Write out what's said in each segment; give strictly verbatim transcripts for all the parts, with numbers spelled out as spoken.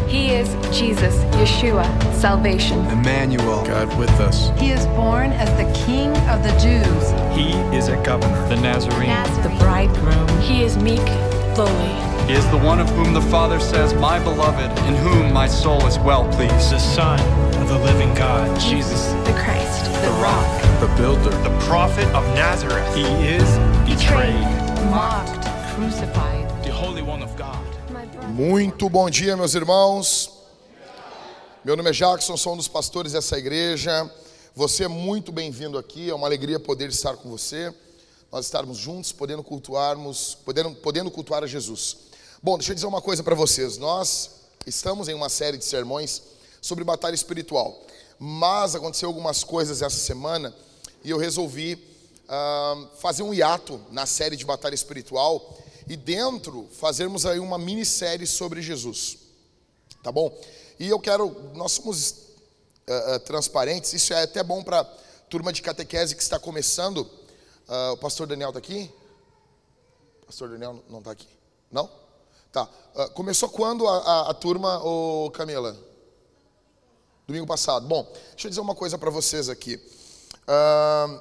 He is Jesus, Yeshua, salvation. Emmanuel, God with us. He is born as the King of the Jews. He is a governor, the Nazarene, Nazarene. The bridegroom. He is meek, lowly. He is the one of whom the Father says, my beloved, in whom my soul is well pleased. The Son of the living God, Jesus, the Christ, the, the rock, the builder, the prophet of Nazareth. He is betrayed, mocked, crucified, the Holy One of God. Muito bom dia, meus irmãos. Meu nome é Jackson, sou um dos pastores dessa igreja. Você é muito bem-vindo aqui, é uma alegria poder estar com você. Nós estarmos juntos, podendo cultuarmos, podendo, podendo cultuar a Jesus. Bom, deixa eu dizer uma coisa para vocês. Nós estamos em uma série de sermões sobre batalha espiritual. Mas aconteceu algumas coisas essa semana e eu resolvi uh, fazer um hiato na série de batalha espiritual e dentro fazermos aí uma minissérie sobre Jesus, tá bom? E eu quero, nós somos uh, uh, transparentes, isso é até bom para a turma de catequese que está começando. Uh, o pastor Daniel está aqui? O pastor Daniel não está aqui? Não? Tá. Uh, começou quando a, a, a turma, ô Camila? Domingo passado. Bom, deixa eu dizer uma coisa para vocês aqui. Uh,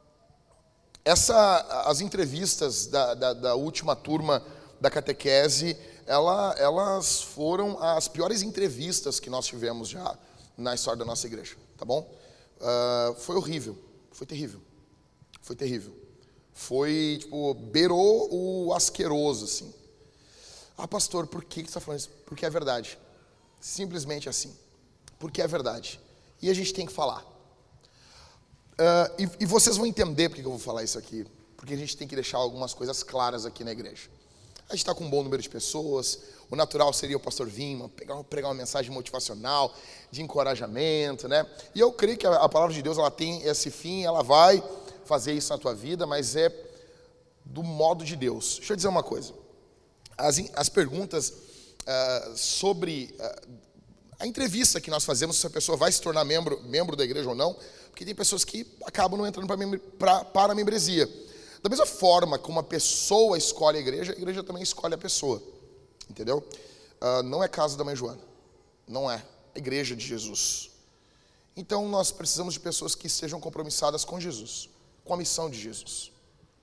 essa, as entrevistas da, da, da última turma da catequese, ela, elas foram as piores entrevistas que nós tivemos já na história da nossa igreja, tá bom? Uh, foi horrível, foi terrível, foi terrível. Foi, tipo, beirou o asqueroso, assim. Ah, pastor, por que você está falando isso? Porque é verdade. Simplesmente assim. Porque é verdade. E a gente tem que falar. Uh, e, e vocês vão entender porque que eu vou falar isso aqui. Porque a gente tem que deixar algumas coisas claras aqui na igreja. A gente está com um bom número de pessoas. O natural seria o pastor Vima pegar, pregar uma mensagem motivacional, de encorajamento, né? E eu creio que a, a palavra de Deus, ela tem esse fim, ela vai fazer isso na tua vida, mas é do modo de Deus. Deixa eu dizer uma coisa. As, as perguntas uh, sobre uh, a entrevista que nós fazemos, se a pessoa vai se tornar membro, membro da igreja ou não, porque tem pessoas que acabam não entrando para, para, para a membresia. Da mesma forma que uma pessoa escolhe a igreja, a igreja também escolhe a pessoa. Entendeu? Uh, não é casa da mãe Joana. Não é. É a igreja de Jesus. Então nós precisamos de pessoas que estejam compromissadas com Jesus, com a missão de Jesus.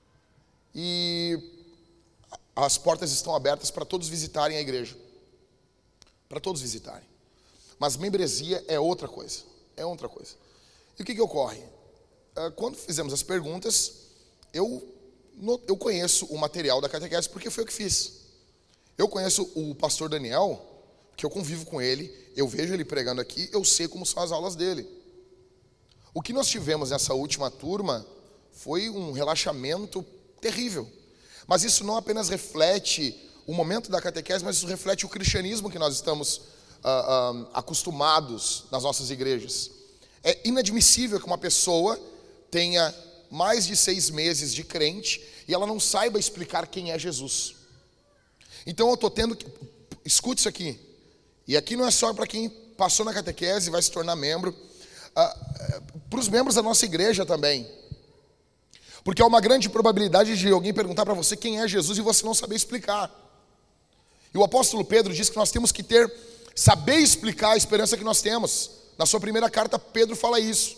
E as portas estão abertas para todos visitarem a igreja. Para todos visitarem. Mas membresia é outra coisa. É outra coisa. E o que que ocorre? Quando fizemos as perguntas, eu, eu conheço o material da catequese porque foi eu que fiz. Eu conheço o pastor Daniel, que eu convivo com ele, eu vejo ele pregando aqui, eu sei como são as aulas dele. O que nós tivemos nessa última turma foi um relaxamento terrível. Mas isso não apenas reflete o momento da catequese, mas isso reflete o cristianismo que nós estamos uh, uh, acostumados nas nossas igrejas. É inadmissível que uma pessoa tenha mais de seis meses de crente e ela não saiba explicar quem é Jesus. Então eu estou tendo que... Escute isso aqui. E aqui não é só para quem passou na catequese e vai se tornar membro. Uh, para os membros da nossa igreja também. Porque há uma grande probabilidade de alguém perguntar para você quem é Jesus e você não saber explicar. E o apóstolo Pedro diz que nós temos que ter, saber explicar a esperança que nós temos. Na sua primeira carta, Pedro fala isso.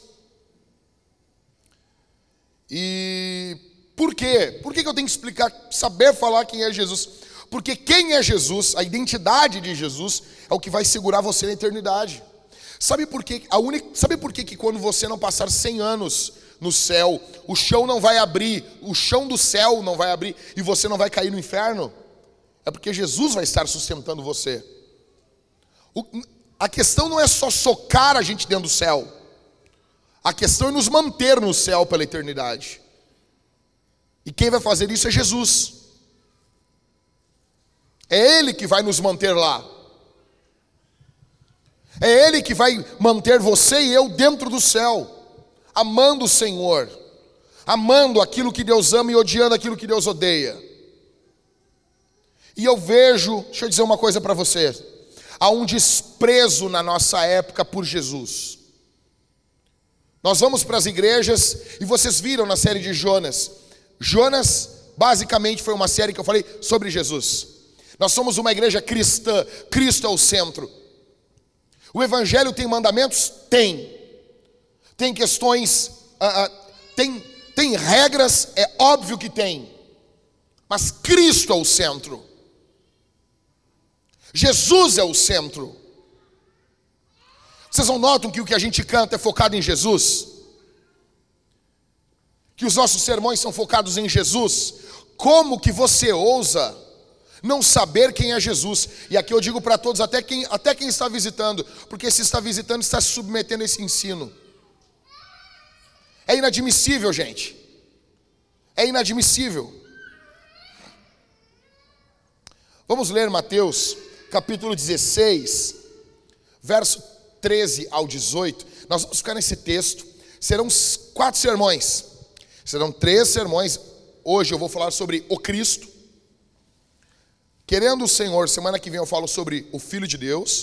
E por quê? Por que eu tenho que explicar, saber falar quem é Jesus? Porque quem é Jesus, a identidade de Jesus, é o que vai segurar você na eternidade. Sabe por quê? A única, sabe por quê que quando você não passar cem anos no céu, o chão não vai abrir, o chão do céu não vai abrir e você não vai cair no inferno? É porque Jesus vai estar sustentando você. O, a questão não é só socar a gente dentro do céu. A questão é nos manter no céu pela eternidade. E quem vai fazer isso é Jesus. É Ele que vai nos manter lá. É Ele que vai manter você e eu dentro do céu. Amando o Senhor, amando aquilo que Deus ama e odiando aquilo que Deus odeia. E eu vejo, deixa eu dizer uma coisa para você, há um desprezo na nossa época por Jesus. Nós vamos para as igrejas e vocês viram na série de Jonas. Jonas basicamente foi uma série que eu falei sobre Jesus. Nós somos uma igreja cristã, Cristo é o centro. O evangelho tem mandamentos? Tem. Tem questões, uh, uh, tem, tem regras? É óbvio que tem. Mas Cristo é o centro. Jesus é o centro. Vocês não notam que o que a gente canta é focado em Jesus? Que os nossos sermões são focados em Jesus? Como que você ousa não saber quem é Jesus? E aqui eu digo para todos, até quem, até quem está visitando, porque se está visitando, está se submetendo a esse ensino. É inadmissível, gente. É inadmissível. Vamos ler Mateus, capítulo dezesseis, verso treze ao dezoito. Nós vamos ficar nesse texto. Serão quatro sermões. Serão três sermões. Hoje eu vou falar sobre o Cristo. Querendo o Senhor, semana que vem eu falo sobre o Filho de Deus.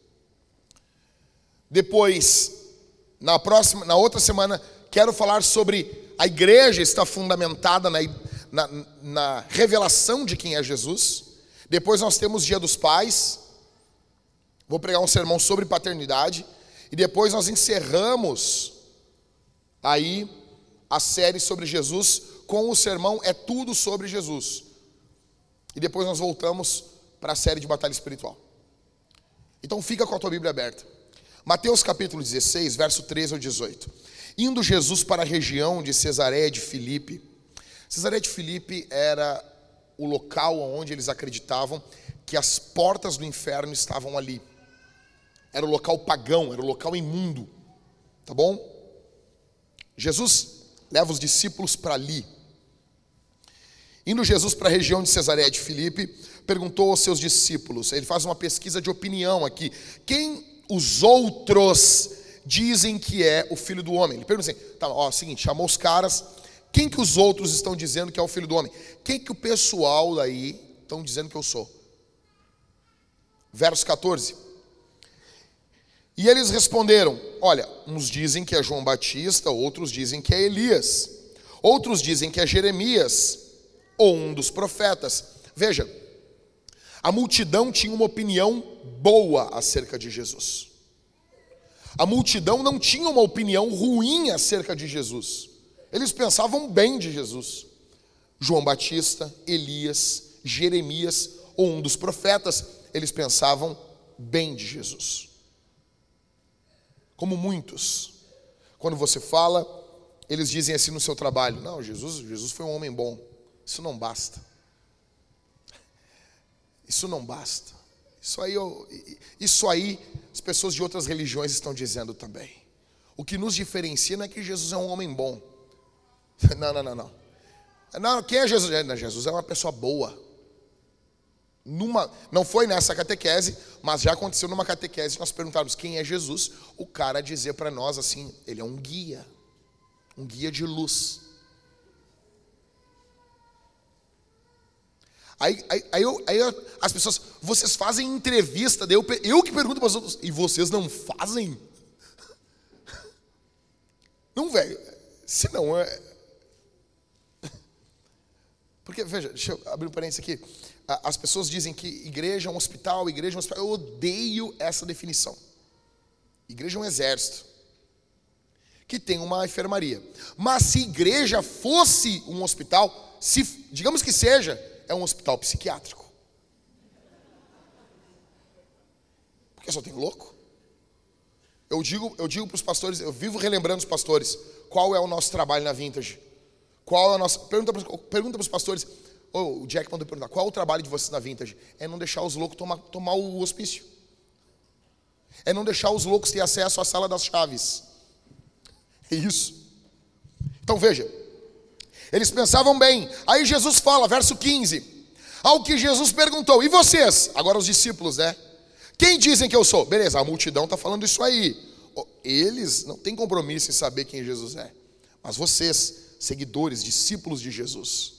Depois, na próxima, na outra semana, quero falar sobre a igreja está fundamentada na, na, na revelação de quem é Jesus. Depois nós temos Dia dos Pais. Vou pregar um sermão sobre paternidade. E depois nós encerramos aí a série sobre Jesus com o sermão É Tudo Sobre Jesus. E depois nós voltamos para a série de batalha espiritual. Então fica com a tua Bíblia aberta. Mateus capítulo dezesseis, verso treze ao dezoito. Indo Jesus para a região de Cesareia de Filipe. Cesareia de Filipe era o local onde eles acreditavam que as portas do inferno estavam ali. Era o local pagão, era o local imundo. Tá bom? Jesus leva os discípulos para ali. Indo Jesus para a região de Cesareia de Filipe, perguntou aos seus discípulos, ele faz uma pesquisa de opinião aqui, quem os outros dizem que é o Filho do Homem? Ele pergunta assim, tá, ó, é o seguinte, chamou os caras, quem que os outros estão dizendo que é o Filho do Homem? Quem que o pessoal daí estão dizendo que eu sou? Verso catorze. E eles responderam, olha, uns dizem que é João Batista, outros dizem que é Elias, outros dizem que é Jeremias, ou um dos profetas. Veja, a multidão tinha uma opinião boa acerca de Jesus. A multidão não tinha uma opinião ruim acerca de Jesus. Eles pensavam bem de Jesus. João Batista, Elias, Jeremias, ou um dos profetas, eles pensavam bem de Jesus. Como muitos, quando você fala, eles dizem assim no seu trabalho, não, Jesus, Jesus foi um homem bom. Isso não basta. Isso não basta. Isso aí, eu, isso aí as pessoas de outras religiões estão dizendo também. O que nos diferencia não é que Jesus é um homem bom. Não, não, não, não. Não, quem é Jesus? Jesus é uma pessoa boa. Numa, não foi nessa catequese, mas já aconteceu numa catequese, nós perguntávamos quem é Jesus, o cara dizia para nós assim, ele é um guia, um guia de luz. Aí, aí, aí, eu, aí eu, as pessoas, vocês fazem entrevista, daí eu, eu que pergunto para os outros, e vocês não fazem? Não, velho, se não é... Porque, veja, deixa eu abrir um parênteses aqui. As pessoas dizem que igreja é um hospital, igreja é um hospital. Eu odeio essa definição. Igreja é um exército que tem uma enfermaria. Mas se igreja fosse um hospital, se, digamos que seja, é um hospital psiquiátrico. Porque só tem louco. Eu digo, eu digo para os pastores, eu vivo relembrando os pastores, qual é o nosso trabalho na Vintage? Qual é o nosso... Pergunta, pergunta para os pastores, oh, o Jack mandou perguntar, qual é o trabalho de vocês na Vintage? É não deixar os loucos tomar, tomar o hospício. É não deixar os loucos ter acesso à sala das chaves. É isso. Então veja, eles pensavam bem. Aí Jesus fala, verso quinze. Ao que Jesus perguntou, e vocês? Agora os discípulos, né? Quem dizem que eu sou? Beleza, a multidão está falando isso aí. Eles não têm compromisso em saber quem Jesus é. Mas vocês, seguidores, discípulos de Jesus.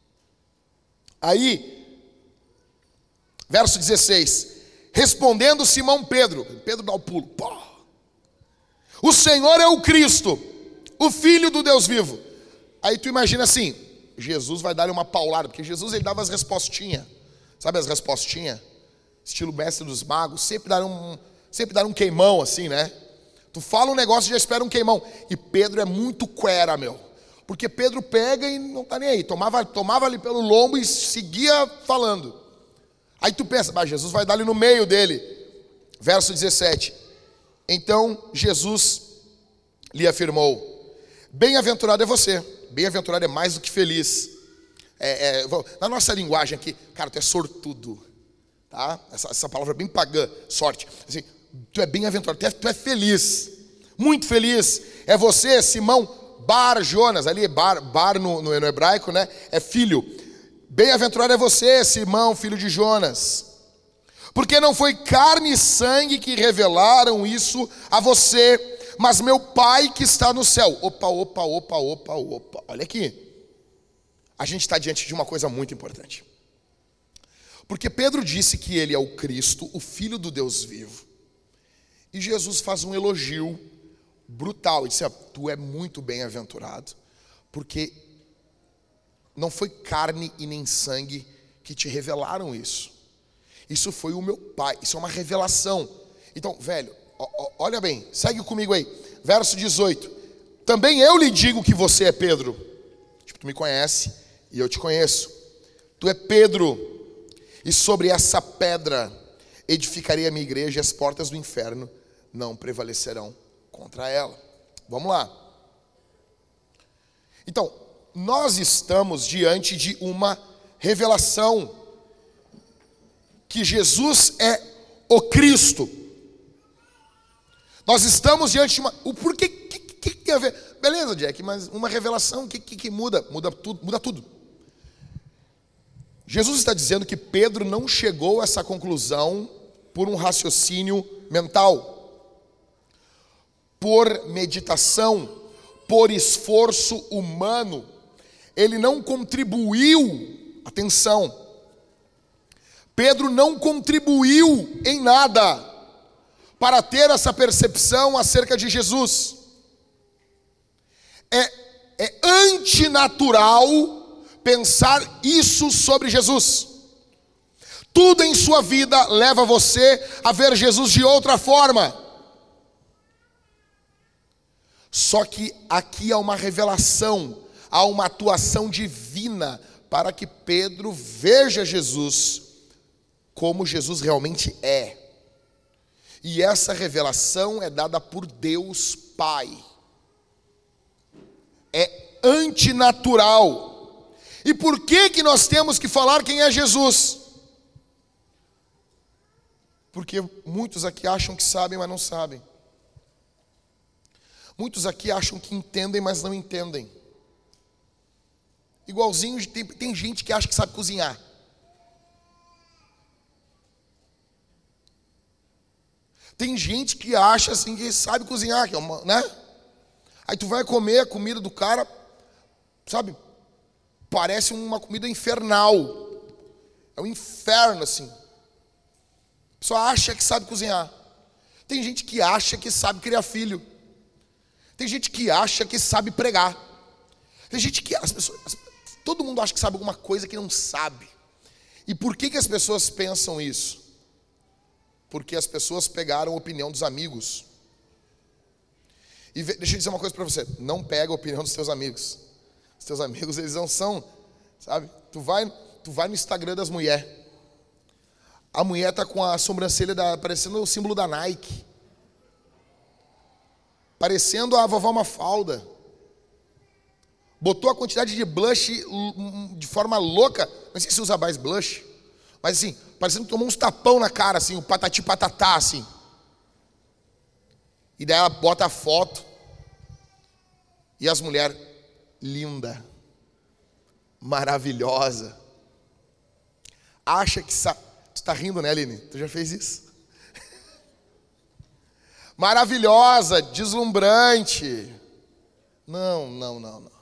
Aí, verso dezesseis. Respondendo Simão Pedro. Pedro dá o pulo. Pô. O Senhor é o Cristo, o Filho do Deus vivo. Aí tu imagina assim, Jesus vai dar-lhe uma paulada, porque Jesus ele dava as respostinhas. Sabe as respostinhas? Estilo mestre dos magos, sempre dava um, sempre dar um queimão assim, né? Tu fala um negócio e já espera um queimão. E Pedro é muito cuera, meu. Porque Pedro pega e não tá nem aí. Tomava, tomava ali pelo lombo e seguia falando. Aí tu pensa, ah, Jesus vai dar ali no meio dele. Verso dezessete. Então Jesus lhe afirmou: bem-aventurado é você. Bem-aventurado é mais do que feliz. É, é, na nossa linguagem aqui, cara, tu é sortudo. Tá? Essa, essa palavra é bem pagã, sorte. Assim, tu é bem-aventurado, tu é, tu é feliz. Muito feliz. É você, Simão Bar Jonas. Ali, bar, bar no, no, no hebraico, né? É filho. Bem-aventurado é você, Simão, filho de Jonas. Porque não foi carne e sangue que revelaram isso a você, mas meu Pai que está no céu. Opa, opa, opa, opa, opa. Olha aqui. A gente está diante de uma coisa muito importante. Porque Pedro disse que ele é o Cristo, o Filho do Deus vivo. E Jesus faz um elogio brutal. Ele disse, ah, tu é muito bem-aventurado, porque não foi carne e nem sangue que te revelaram isso. Isso foi o meu Pai, isso é uma revelação. Então, velho, ó, olha bem, segue comigo aí. Verso dezoito. Também eu lhe digo que você é Pedro. Tipo, tu me conhece e eu te conheço. Tu é Pedro. E sobre essa pedra edificarei a minha igreja, e as portas do inferno não prevalecerão contra ela. Vamos lá. Então, nós estamos diante de uma revelação que Jesus é o Cristo. Nós estamos diante de uma... O porquê que, que, que tem a ver? Beleza, Jack, mas uma revelação, o que, que, que muda? Muda tudo, muda tudo. Jesus está dizendo que Pedro não chegou a essa conclusão por um raciocínio mental, por meditação, por esforço humano. Ele não contribuiu, atenção, Pedro não contribuiu em nada para ter essa percepção acerca de Jesus. É, é antinatural pensar isso sobre Jesus. Tudo em sua vida leva você a ver Jesus de outra forma. Só que aqui há uma revelação, há uma atuação divina para que Pedro veja Jesus como Jesus realmente é. E essa revelação é dada por Deus Pai. É antinatural. E por que que nós temos que falar quem é Jesus? Porque muitos aqui acham que sabem, mas não sabem. Muitos aqui acham que entendem, mas não entendem. Igualzinho, tem, tem gente que acha que sabe cozinhar. Tem gente que acha assim que sabe cozinhar, que é uma, né? Aí tu vai comer a comida do cara, sabe? Parece uma comida infernal. É um inferno assim. A pessoa acha que sabe cozinhar. Tem gente que acha que sabe criar filho. Tem gente que acha que sabe pregar. Tem gente que as pessoas, as, todo mundo acha que sabe alguma coisa que não sabe. E por que que as pessoas pensam isso? Porque as pessoas pegaram a opinião dos amigos. E deixa eu dizer uma coisa para você, não pega a opinião dos teus amigos. Os teus amigos, eles não são, sabe? Tu vai, tu vai no Instagram das mulheres. A mulher tá com a sobrancelha da, parecendo o símbolo da Nike. Parecendo a vovó Mafalda. Botou a quantidade de blush de forma louca. Não sei se usa mais blush. Mas assim, parecendo que tomou uns tapão na cara, assim, o patati patatá, assim. E daí ela bota a foto. E as mulheres, linda, maravilhosa. Acha que sabe. Tu tá rindo, né, Aline? Tu já fez isso? Maravilhosa, deslumbrante. Não, não, não, não.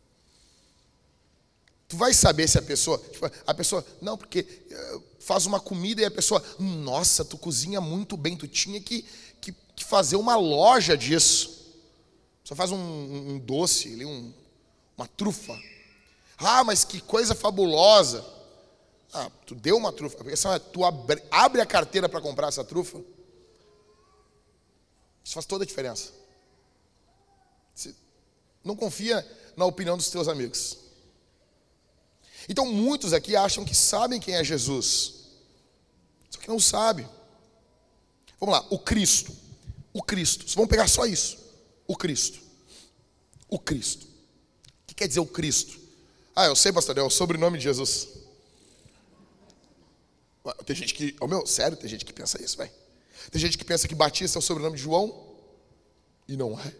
Tu vai saber se a pessoa, tipo, a pessoa, não, porque faz uma comida e a pessoa, nossa, tu cozinha muito bem, tu tinha que, que, que fazer uma loja disso. Só faz um, um doce, ali, um, uma trufa. Ah, mas que coisa fabulosa. Ah, tu deu uma trufa. A questão é, tu abre, abre a carteira para comprar essa trufa? Isso faz toda a diferença. Não confia na opinião dos teus amigos. Então muitos aqui acham que sabem quem é Jesus, só que não sabem. Vamos lá, o Cristo. O Cristo. Vamos pegar só isso. O Cristo. O Cristo. O que quer dizer o Cristo? Ah, eu sei, pastor, é o sobrenome de Jesus. Tem gente que, oh meu, sério, tem gente que pensa isso, velho. Tem gente que pensa que Batista é o sobrenome de João, e não é.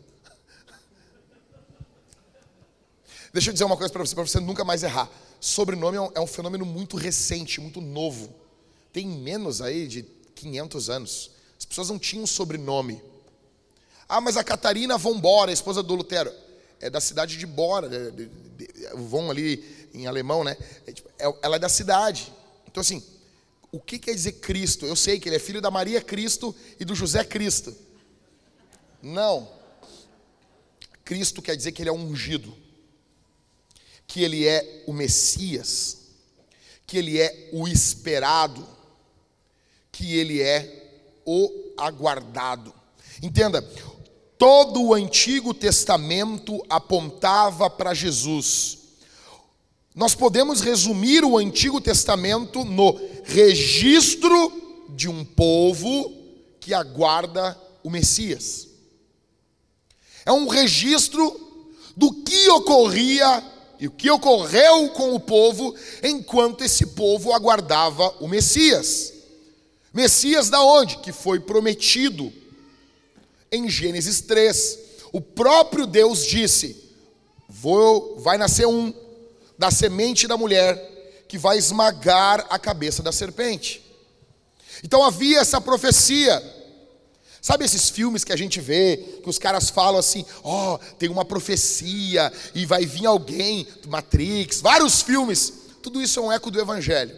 Deixa eu dizer uma coisa para você, para você nunca mais errar. Sobrenome é um, é um fenômeno muito recente, muito novo. Tem menos aí de quinhentos anos. As pessoas não tinham sobrenome. Ah, mas a Catarina von Bora, a esposa do Lutero, é da cidade de Bora, de, de, de, von ali em alemão, né? É, tipo, é, ela é da cidade. Então assim, o que quer dizer Cristo? Eu sei que ele é filho da Maria Cristo e do José Cristo. Não. Cristo quer dizer que ele é ungido, que ele é o Messias, que ele é o esperado, que ele é o aguardado. Entenda, todo o Antigo Testamento apontava para Jesus. Nós podemos resumir o Antigo Testamento no registro de um povo que aguarda o Messias. É um registro do que ocorria e o que ocorreu com o povo enquanto esse povo aguardava o Messias. Messias da onde? Que foi prometido em Gênesis três. O próprio Deus disse: Vou, vai nascer um da semente da mulher que vai esmagar a cabeça da serpente. Então havia essa profecia. Sabe esses filmes que a gente vê, que os caras falam assim, ó, oh, tem uma profecia e vai vir alguém, Matrix, vários filmes. Tudo isso é um eco do Evangelho.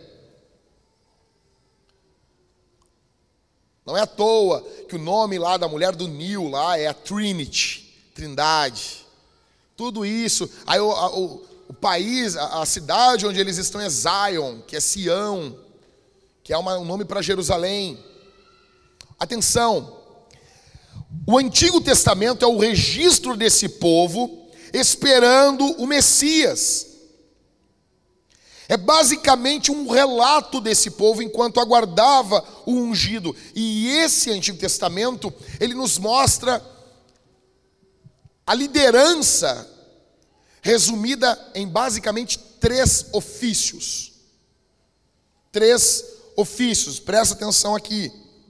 Não é à toa que o nome lá da mulher do Neo lá é a Trinity, Trindade. Tudo isso. Aí o, o, o país, a, a cidade onde eles estão é Zion, que é Sião, que é uma, um nome para Jerusalém. Atenção. O Antigo Testamento é o registro desse povo esperando o Messias. É basicamente um relato desse povo enquanto aguardava o ungido. E esse Antigo Testamento, ele nos mostra a liderança resumida em basicamente três ofícios. Três ofícios, presta atenção aqui.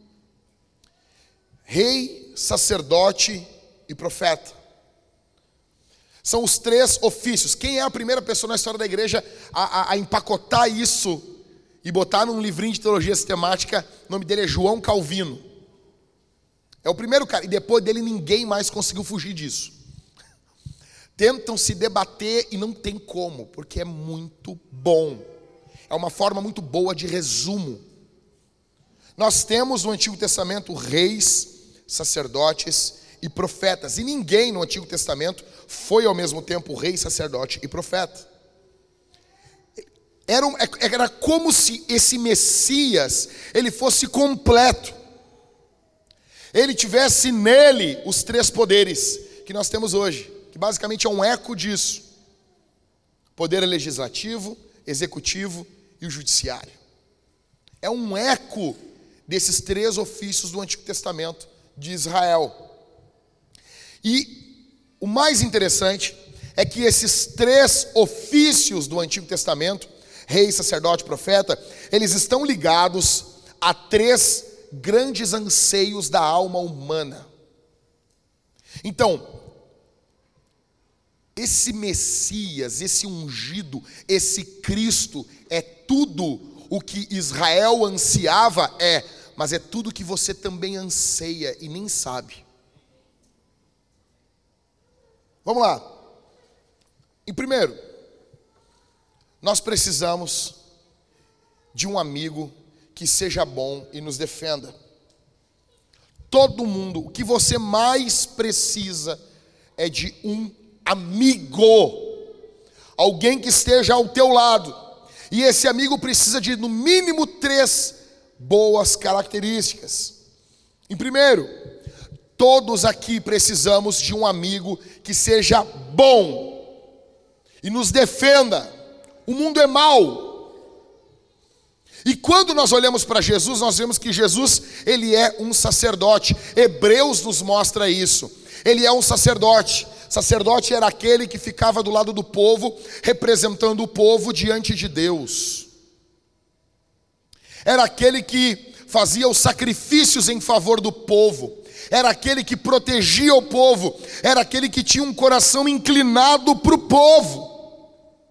Rei, sacerdote e profeta. São os três ofícios. Quem é a primeira pessoa na história da igreja a, a, a empacotar isso e botar num livrinho de teologia sistemática? O nome dele é João Calvino. É o primeiro cara. E depois dele ninguém mais conseguiu fugir disso. Tentam se debater e não tem como, porque é muito bom. É uma forma muito boa de resumo. Nós temos no Antigo Testamento reis, sacerdotes e profetas. E ninguém no Antigo Testamento foi ao mesmo tempo rei, sacerdote e profeta. Era, era como se esse Messias, ele fosse completo. Ele tivesse nele os três poderes que nós temos hoje, que basicamente é um eco disso. Poder legislativo, executivo e o judiciário. É um eco desses três ofícios do Antigo Testamento de Israel. E o mais interessante é que esses três ofícios do Antigo Testamento, rei, sacerdote, profeta, eles estão ligados a três grandes anseios da alma humana. Então, esse Messias, esse ungido, esse Cristo é tudo o que Israel ansiava, é, mas é tudo que você também anseia e nem sabe. Vamos lá. Em primeiro, nós precisamos de um amigo que seja bom e nos defenda. Todo mundo, o que você mais precisa é de um amigo. Alguém que esteja ao teu lado. E esse amigo precisa de no mínimo três boas características. Em primeiro, Todos aqui precisamos de um amigo que seja bom e nos defenda. O mundo é mau. E quando nós olhamos para Jesus, nós vemos que Jesus, ele é um sacerdote. Hebreus nos mostra isso. Ele é um sacerdote. Sacerdote era aquele que ficava do lado do povo, representando o povo diante de Deus. Era aquele que fazia os sacrifícios em favor do povo. Era aquele que protegia o povo. Era aquele que tinha um coração inclinado para o povo.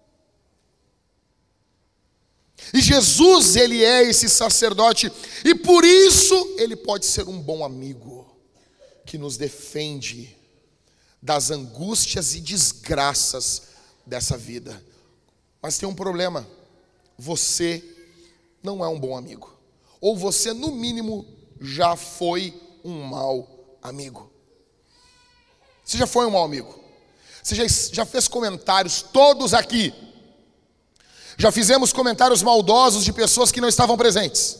E Jesus, ele é esse sacerdote. E por isso, ele pode ser um bom amigo que nos defende das angústias e desgraças dessa vida. Mas tem um problema. Você não é um bom amigo. Ou você, no mínimo, já foi um mau amigo. Você já foi um mau amigo. Você já, já fez comentários, todos aqui. Já fizemos comentários maldosos de pessoas que não estavam presentes.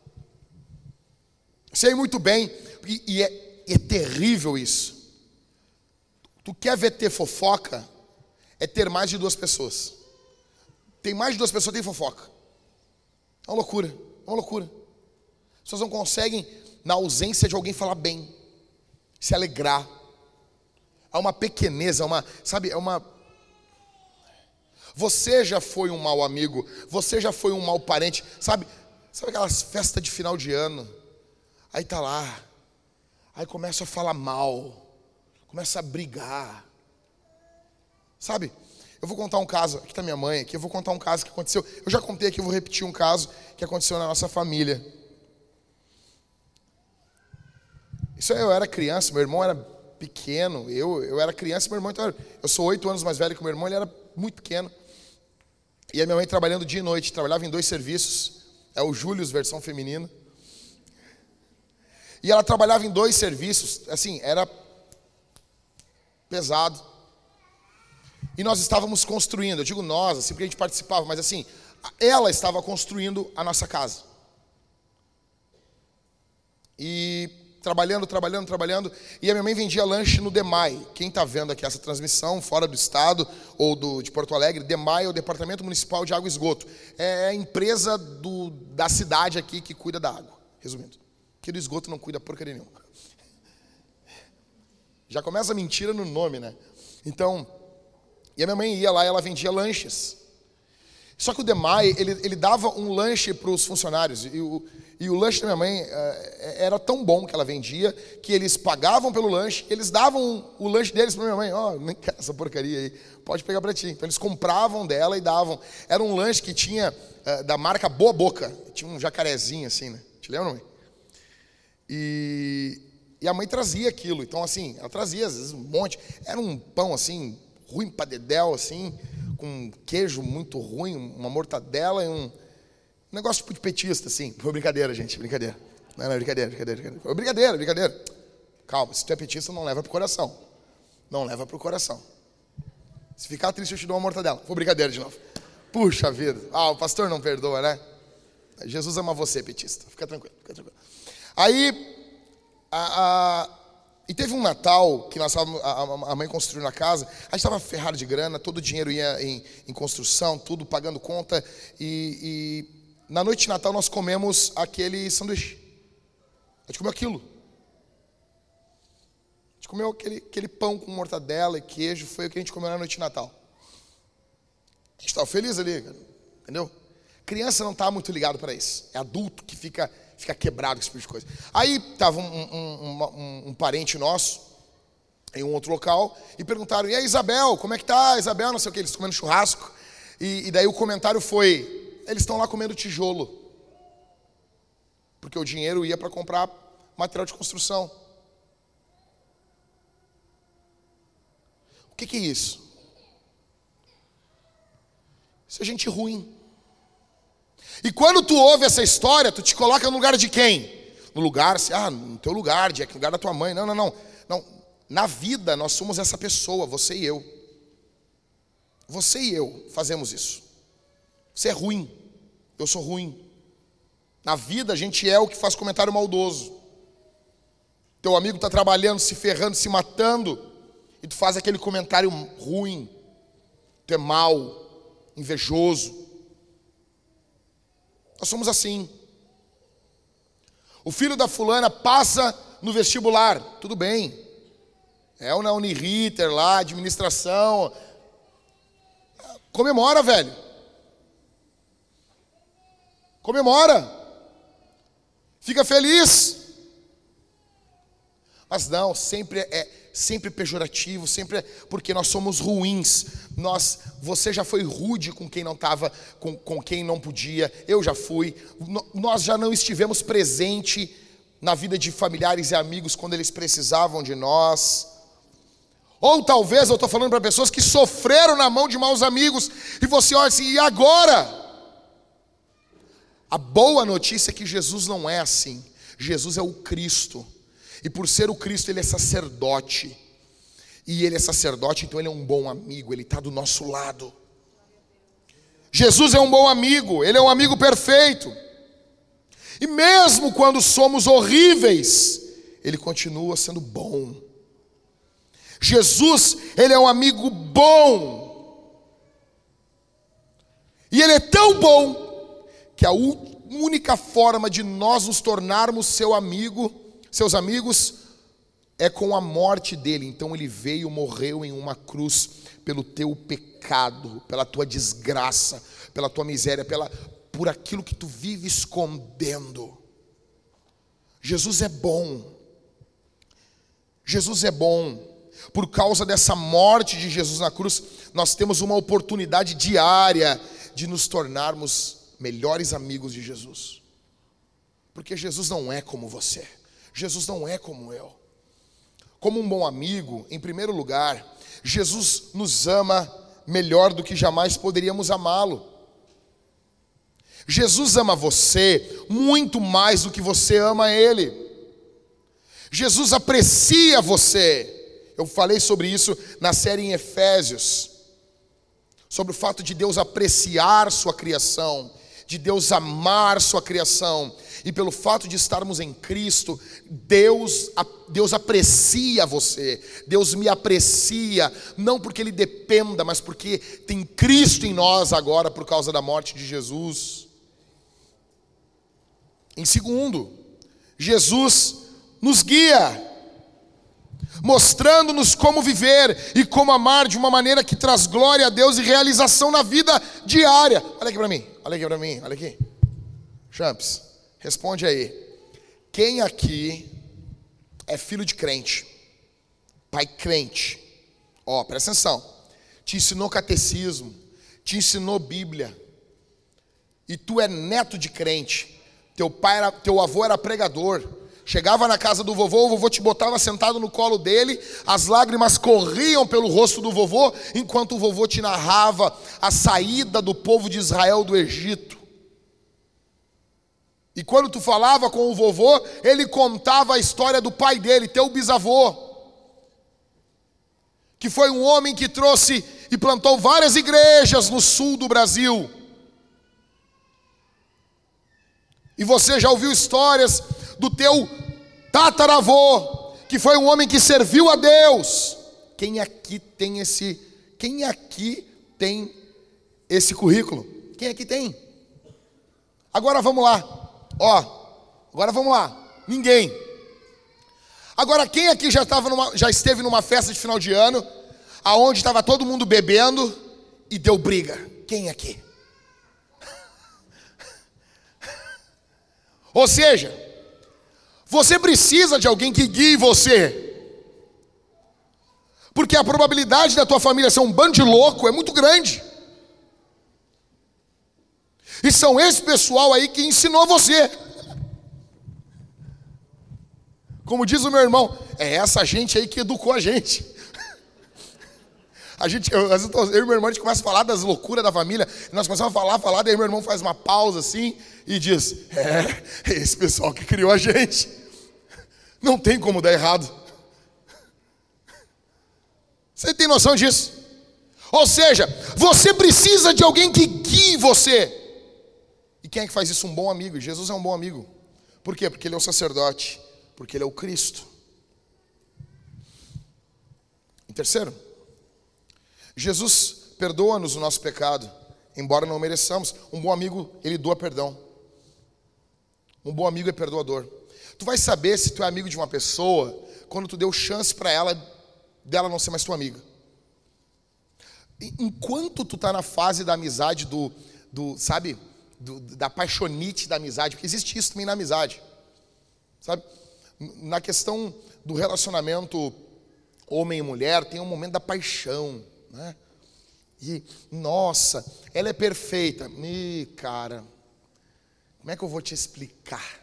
Sei muito bem, e, e, é, e é terrível isso. Tu quer ver ter fofoca? É ter mais de duas pessoas. Tem mais de duas pessoas, tem fofoca. É uma loucura, é uma loucura. As pessoas não conseguem, na ausência de alguém, falar bem, se alegrar. É uma pequeneza, é uma, sabe, é uma... Você já foi um mau amigo, você já foi um mau parente, sabe? Sabe aquelas festas de final de ano? Aí tá lá, aí começa a falar mal, começa a brigar. Sabe? Eu vou contar um caso, aqui tá minha mãe, aqui eu vou contar um caso que aconteceu. Eu já contei aqui, eu vou repetir um caso que aconteceu na nossa família. Isso aí, eu era criança, meu irmão era pequeno, eu, eu era criança, meu irmão, então, eu sou oito anos mais velho que meu irmão, ele era muito pequeno. E a minha mãe trabalhando dia e noite, trabalhava em dois serviços, é o Július, versão feminina. E ela trabalhava em dois serviços, assim, era pesado. E nós estávamos construindo, eu digo nós, assim, porque a gente participava, mas assim, ela estava construindo a nossa casa. E trabalhando, trabalhando, trabalhando, e a minha mãe vendia lanche no DEMAI. Quem está vendo aqui essa transmissão, fora do estado, ou do, de Porto Alegre, DEMAI é o Departamento Municipal de Água e Esgoto. É a empresa do, da cidade aqui que cuida da água, resumindo. Que do esgoto não cuida porcaria nenhuma. Já começa a mentira no nome, né? Então, e a minha mãe ia lá e ela vendia lanches. Só que o DEMAI, ele, ele dava um lanche para os funcionários. E o, e o lanche da minha mãe uh, era tão bom que ela vendia, que eles pagavam pelo lanche, eles davam o lanche deles para minha mãe. Ó, oh, nem quer essa porcaria aí, pode pegar para ti. Então eles compravam dela e davam. Era um lanche que tinha, uh, da marca Boa Boca. Tinha um jacarezinho assim, né? Te lembra, mãe? E, e a mãe trazia aquilo. Então assim, ela trazia às vezes um monte. Era um pão assim, ruim pra dedéu, assim, com queijo muito ruim, uma mortadela e um negócio tipo de petista, assim. Foi brincadeira, gente, brincadeira. Não, não, brincadeira, brincadeira, brincadeira. Foi brincadeira, brincadeira. Calma, se tu é petista, não leva pro coração. Não leva pro coração. Se ficar triste, eu te dou uma mortadela. Foi brincadeira de novo. Puxa vida. Ah, o pastor não perdoa, né? Jesus ama você, petista. Fica tranquilo, fica tranquilo. Aí, a... a E teve um Natal que nós estávamos, a mãe construiu na casa, a gente estava ferrado de grana, todo o dinheiro ia em, em construção, tudo pagando conta. E, e na noite de Natal nós comemos aquele sanduíche. A gente comeu aquilo. A gente comeu aquele, aquele pão com mortadela e queijo, foi o que a gente comeu na noite de Natal. A gente estava feliz ali, entendeu? Criança não está muito ligado para isso, é adulto que fica... Fica quebrado com esse tipo de coisa. Aí estava um, um, um, um parente nosso em um outro local e perguntaram: e aí, Isabel, como é que tá? Isabel, não sei o que, eles comendo churrasco. E, e daí o comentário foi: eles estão lá comendo tijolo. Porque o dinheiro ia para comprar material de construção. O que, que é isso? Isso é gente ruim. E quando tu ouve essa história, tu te coloca no lugar de quem? No lugar, ah, no teu lugar, de, no lugar da tua mãe. Não, não, não, não. Na vida, nós somos essa pessoa, você e eu. Você e eu fazemos isso. Você é ruim, eu sou ruim. Na vida, a gente é o que faz comentário maldoso. Teu amigo está trabalhando, se ferrando, se matando, e tu faz aquele comentário ruim. Tu é mau, invejoso. Nós somos assim. O filho da fulana passa no vestibular, tudo bem. É o na Uniriter lá, administração. Comemora, velho. Comemora. Fica feliz. Mas não, sempre é sempre pejorativo, sempre é porque nós somos ruins. Nós, você já foi rude com quem não estava, com, com quem não podia. Eu já fui. Nós já não estivemos presente na vida de familiares e amigos quando eles precisavam de nós. Ou talvez eu estou falando para pessoas que sofreram na mão de maus amigos, e você olha assim, e agora? A boa notícia é que Jesus não é assim. Jesus é o Cristo. E por ser o Cristo, ele é sacerdote. E ele é sacerdote, então ele é um bom amigo, ele está do nosso lado. Jesus é um bom amigo, ele é um amigo perfeito. E mesmo quando somos horríveis, ele continua sendo bom. Jesus, ele é um amigo bom. E ele é tão bom que a única forma de nós nos tornarmos seu amigo, seus amigos, é com a morte dele. Então ele veio, morreu em uma cruz pelo teu pecado, pela tua desgraça, pela tua miséria, pela, por aquilo que tu vive escondendo. Jesus é bom. Jesus é bom. Por causa dessa morte de Jesus na cruz, nós temos uma oportunidade diária de nos tornarmos melhores amigos de Jesus. Porque Jesus não é como você. Jesus não é como eu. Como um bom amigo, em primeiro lugar, Jesus nos ama melhor do que jamais poderíamos amá-lo. Jesus ama você muito mais do que você ama Ele. Jesus aprecia você. Eu falei sobre isso na série em Efésios, sobre o fato de Deus apreciar sua criação, de Deus amar sua criação, e pelo fato de estarmos em Cristo, Deus, Deus aprecia você, Deus me aprecia, não porque Ele dependa, mas porque tem Cristo em nós agora por causa da morte de Jesus. Em segundo, Jesus nos guia, mostrando-nos como viver e como amar de uma maneira que traz glória a Deus e realização na vida diária. Olha aqui para mim, olha aqui para mim, olha aqui. Champs, responde aí. Quem aqui é filho de crente? Pai crente? Ó, presta atenção. Te ensinou catecismo, te ensinou Bíblia. E tu é neto de crente. Teu pai era, teu avô era pregador. Chegava na casa do vovô, o vovô te botava sentado no colo dele, as lágrimas corriam pelo rosto do vovô, enquanto o vovô te narrava a saída do povo de Israel do Egito. E quando tu falava com o vovô, ele contava a história do pai dele, teu bisavô, que foi um homem que trouxe e plantou várias igrejas no sul do Brasil. E você já ouviu histórias do teu tataravô, que foi um homem que serviu a Deus. Quem aqui tem esse, quem aqui tem esse currículo? Quem aqui tem? Agora vamos lá. Ó, agora vamos lá. Ninguém. Agora quem aqui já estava numa, já esteve numa festa de final de ano, aonde estava todo mundo bebendo e deu briga? Quem aqui? Ou seja, você precisa de alguém que guie você. Porque a probabilidade da tua família ser um bando de louco é muito grande. E são esse pessoal aí que ensinou você. Como diz o meu irmão, é essa gente aí que educou a gente. A gente, eu, eu e meu irmão, a gente começa a falar das loucuras da família. Nós começamos a falar, falar, daí meu irmão faz uma pausa assim e diz, é, é esse pessoal que criou a gente. Não tem como dar errado. Você tem noção disso? Ou seja, você precisa de alguém que guie você. E quem é que faz isso? Um bom amigo. E Jesus é um bom amigo. Por quê? Porque ele é o sacerdote. Porque ele é o Cristo. terceiro, Jesus perdoa-nos o nosso pecado, embora não mereçamos. Um bom amigo, ele doa perdão. Um bom amigo é perdoador. Tu vai saber se tu é amigo de uma pessoa quando tu deu chance para ela, dela não ser mais tua amiga. Enquanto tu tá na fase da amizade, do, do sabe, do, da paixonite da amizade, porque existe isso também na amizade, sabe? Na questão do relacionamento homem e mulher, tem um momento da paixão, né? E, nossa, ela é perfeita. Ih, cara, como é que eu vou te explicar?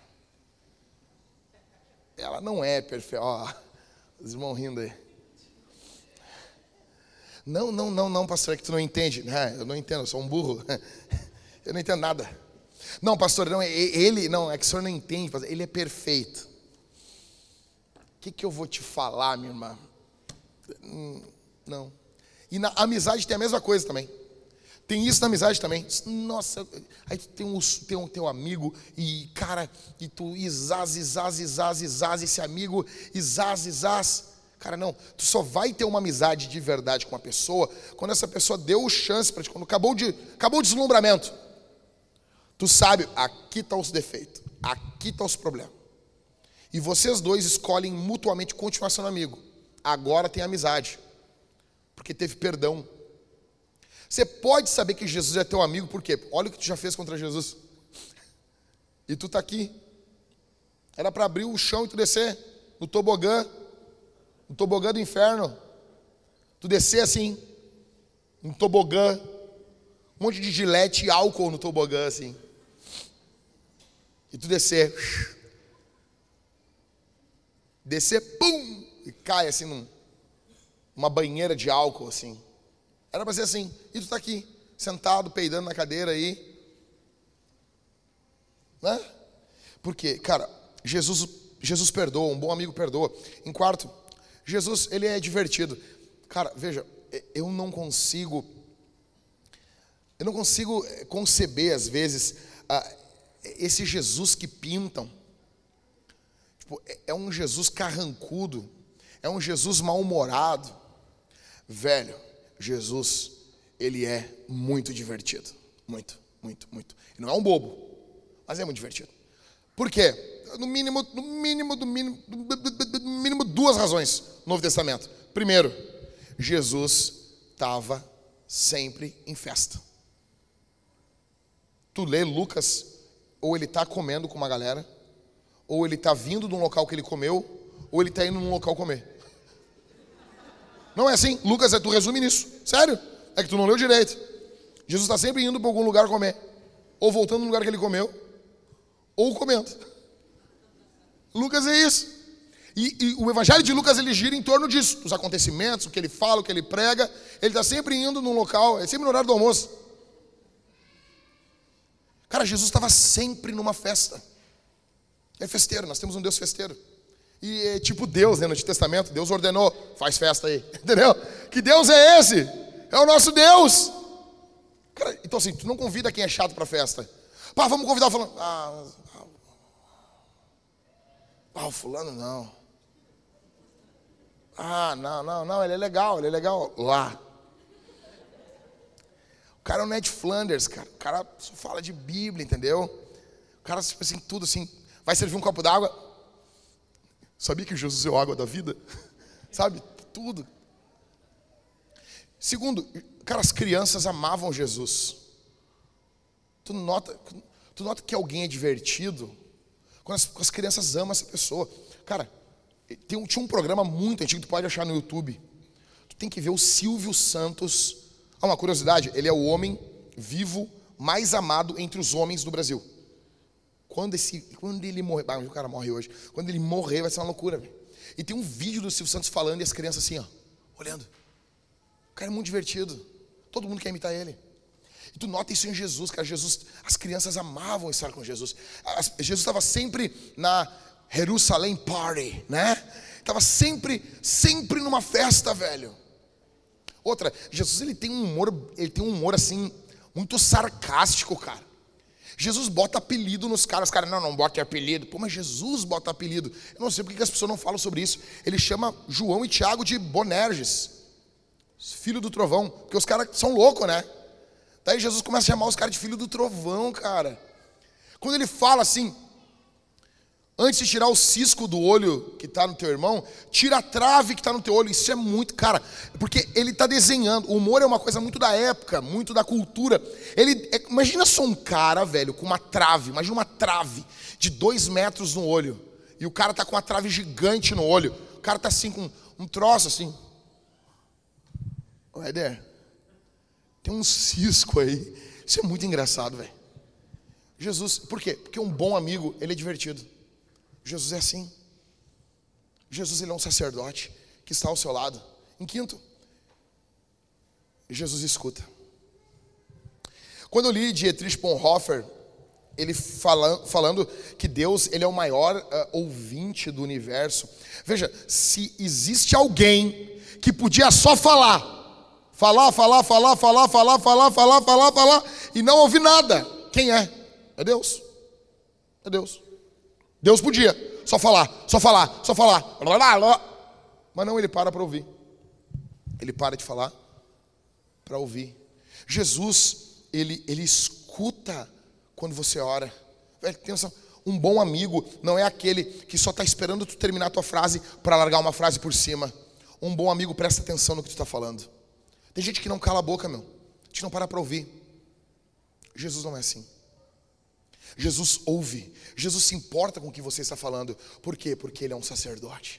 Ela não é perfeita. Ó, os irmãos rindo aí. Não, não, não, não, pastor, é que tu não entende. É, eu não entendo, eu sou um burro. Eu não entendo nada. Não, pastor, não, ele, não, é que o senhor não entende, pastor, ele é perfeito. O que, que eu vou te falar, minha irmã? Não. E na amizade tem a mesma coisa também. Tem isso na amizade também. Nossa, aí tu tem um, tem um teu amigo e, cara, e tu izaz, izaz, izaz, izaz, esse amigo, izaz, izaz. Cara, não, tu só vai ter uma amizade de verdade com uma pessoa quando essa pessoa deu chance para ti, quando acabou, de, acabou o deslumbramento. Tu sabe, aqui estão os defeitos, aqui estão os problemas. E vocês dois escolhem mutuamente continuar sendo amigo. Agora tem amizade, porque teve perdão. Você pode saber que Jesus é teu amigo, por quê? Olha o que tu já fez contra Jesus. E tu tá aqui. Era para abrir o chão e tu descer no tobogã, no tobogã do inferno. Tu descer assim, no tobogã, um monte de gilete e álcool no tobogã assim. E tu descer. Descer, pum, e cai assim num, numa banheira de álcool assim. Era para ser assim. E tu tá aqui, sentado, peidando na cadeira aí. Né? Porque, cara, Jesus, Jesus perdoa, um bom amigo perdoa. Em quarto, Jesus, ele é divertido. Cara, veja, eu não consigo, eu não consigo conceber, às vezes, uh, esse Jesus que pintam. Tipo, é um Jesus carrancudo, é um Jesus mal-humorado. Velho, Jesus, ele é muito divertido. Muito, muito, muito. Ele não é um bobo, mas é muito divertido. Por quê? No mínimo, no mínimo, do mínimo, no mínimo duas razões no Novo Testamento. Primeiro, Jesus estava sempre em festa. Tu lê Lucas, ou ele está comendo com uma galera, ou ele está vindo de um local que ele comeu, ou ele está indo num local comer. Não é assim? Lucas, tu resume nisso. Sério? É que tu não leu direito. Jesus está sempre indo para algum lugar comer. Ou voltando no lugar que ele comeu, ou comendo. Lucas é isso. E, e o evangelho de Lucas, ele gira em torno disso. Dos acontecimentos, o que ele fala, o que ele prega. Ele está sempre indo num local, é sempre no horário do almoço. Cara, Jesus estava sempre numa festa. É festeiro, nós temos um Deus festeiro. E é tipo Deus, né, no Antigo Testamento, Deus ordenou, faz festa aí, entendeu? Que Deus é esse? É o nosso Deus. Cara, então assim, tu não convida quem é chato pra festa. Pá, vamos convidar o fulano. Ah, ah, o fulano não. Ah, não, não, não, ele é legal, ele é legal lá. O cara é o Ned Flanders, cara. O cara só fala de Bíblia, entendeu? O cara, tipo assim, tudo assim. Vai servir um copo d'água. Sabia que Jesus é a água da vida? Sabe? Tudo. Segundo, cara, as crianças amavam Jesus. Tu nota, tu nota que alguém é divertido quando as, quando as crianças amam essa pessoa. Cara, tem um, tinha um programa muito antigo, tu pode achar no YouTube. Tu tem que ver o Silvio Santos. Ah, uma curiosidade, ele é o homem vivo mais amado entre os homens do Brasil. Quando, esse, quando ele morrer, ah, o cara morre hoje. Quando ele morrer vai ser uma loucura, véio. E tem um vídeo do Silvio Santos falando e as crianças assim, ó, olhando. O cara é muito divertido. Todo mundo quer imitar ele. E tu nota isso em Jesus, cara. Jesus, as crianças amavam estar com Jesus. As, Jesus estava sempre na Jerusalém Party, né? Estava sempre, sempre numa festa, velho. Outra, Jesus, ele tem um humor, ele tem um humor assim, muito sarcástico, cara. Jesus bota apelido nos caras. Os caras, não, não bota apelido. Pô, mas Jesus bota apelido. Eu não sei porque que as pessoas não falam sobre isso. Ele chama João e Tiago de Bonerges. Filho do trovão, porque os caras são loucos, né? Daí Jesus começa a chamar os caras de filho do trovão, cara. Quando ele fala assim, antes de tirar o cisco do olho que está no teu irmão, tira a trave que está no teu olho. Isso é muito, cara, porque ele está desenhando. O humor é uma coisa muito da época, muito da cultura. Ele, é, imagina só um cara, velho, com uma trave. Imagina uma trave de dois metros no olho. E o cara tá com uma trave gigante no olho. O cara tá assim com um troço assim. Ô, Éder, tem um cisco aí. Isso é muito engraçado, velho. Jesus, por quê? Porque um bom amigo, ele é divertido. Jesus é assim. Jesus, ele é um sacerdote que está ao seu lado. Em quinto, Jesus escuta. Quando eu li Dietrich Bonhoeffer, ele fala, falando que Deus, ele é o maior uh, ouvinte do universo. Veja, se existe alguém que podia só falar, falar, falar, falar, falar, falar, falar, falar, falar, falar, e não ouvir nada, quem é? É Deus. É Deus. Deus podia só falar, só falar, só falar. Mas não, ele para para ouvir. Ele para de falar para ouvir. Jesus, ele, ele escuta quando você ora. Velho, tem noção? Um bom amigo não é aquele que só está esperando tu terminar a tua frase para largar uma frase por cima. Um bom amigo presta atenção no que tu está falando. Tem gente que não cala a boca, meu. A gente não para para ouvir. Jesus não é assim. Jesus ouve. Jesus se importa com o que você está falando. Por quê? Porque ele é um sacerdote.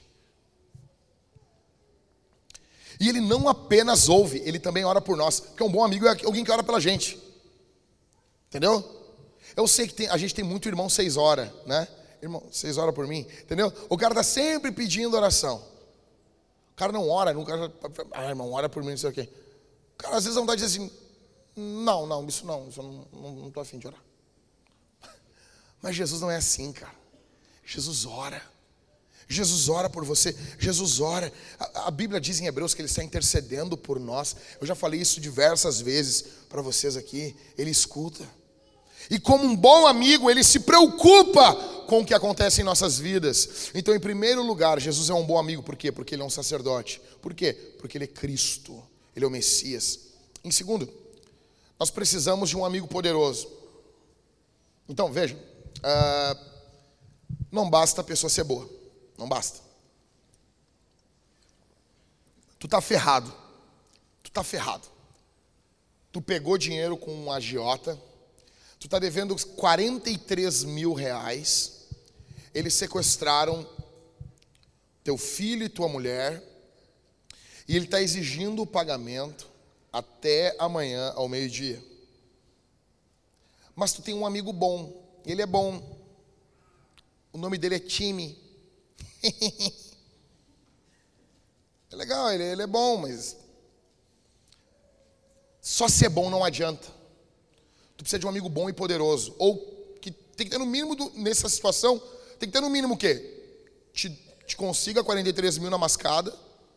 E ele não apenas ouve, ele também ora por nós. Porque um bom amigo é alguém que ora pela gente. Entendeu? Eu sei que tem, a gente tem muito irmão seis horas, né? Irmão, seis horas por mim, entendeu? O cara está sempre pedindo oração. O cara não ora, nunca. Ah, irmão, ora por mim, não sei o quê. O cara às vezes não dá dizer assim, não, não, isso não, isso eu não, não, não tô afim de orar. Mas Jesus não é assim, cara. Jesus ora. Jesus ora por você. Jesus ora. A, a Bíblia diz em Hebreus que ele está intercedendo por nós. Eu já falei isso diversas vezes para vocês aqui. Ele escuta. E como um bom amigo, ele se preocupa com o que acontece em nossas vidas. Então, em primeiro lugar, Jesus é um bom amigo. Por quê? Porque ele é um sacerdote. Por quê? Porque ele é Cristo. Ele é o Messias. Em segundo, nós precisamos de um amigo poderoso. Então, veja. Uh, não basta a pessoa ser boa. Não basta. Tu tá ferrado. Tu tá ferrado. Tu pegou dinheiro com um agiota. Tu tá devendo quarenta e três mil reais. Eles sequestraram teu filho e tua mulher. E ele está exigindo o pagamento até amanhã ao meio-dia. Mas tu tem um amigo bom. Ele é bom. O nome dele é Time. É legal, ele, ele é bom, mas só ser bom não adianta. Tu precisa de um amigo bom e poderoso. Ou que tem que ter no mínimo, do, nessa situação, tem que ter no mínimo o quê? Te, te consiga quarenta e três mil na mascada.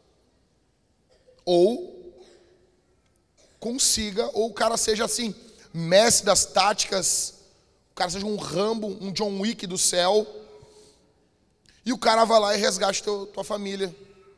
Ou consiga, ou o cara seja assim, mestre das táticas. O cara seja um Rambo, um John Wick do céu. E o cara vai lá e resgate teu, tua família.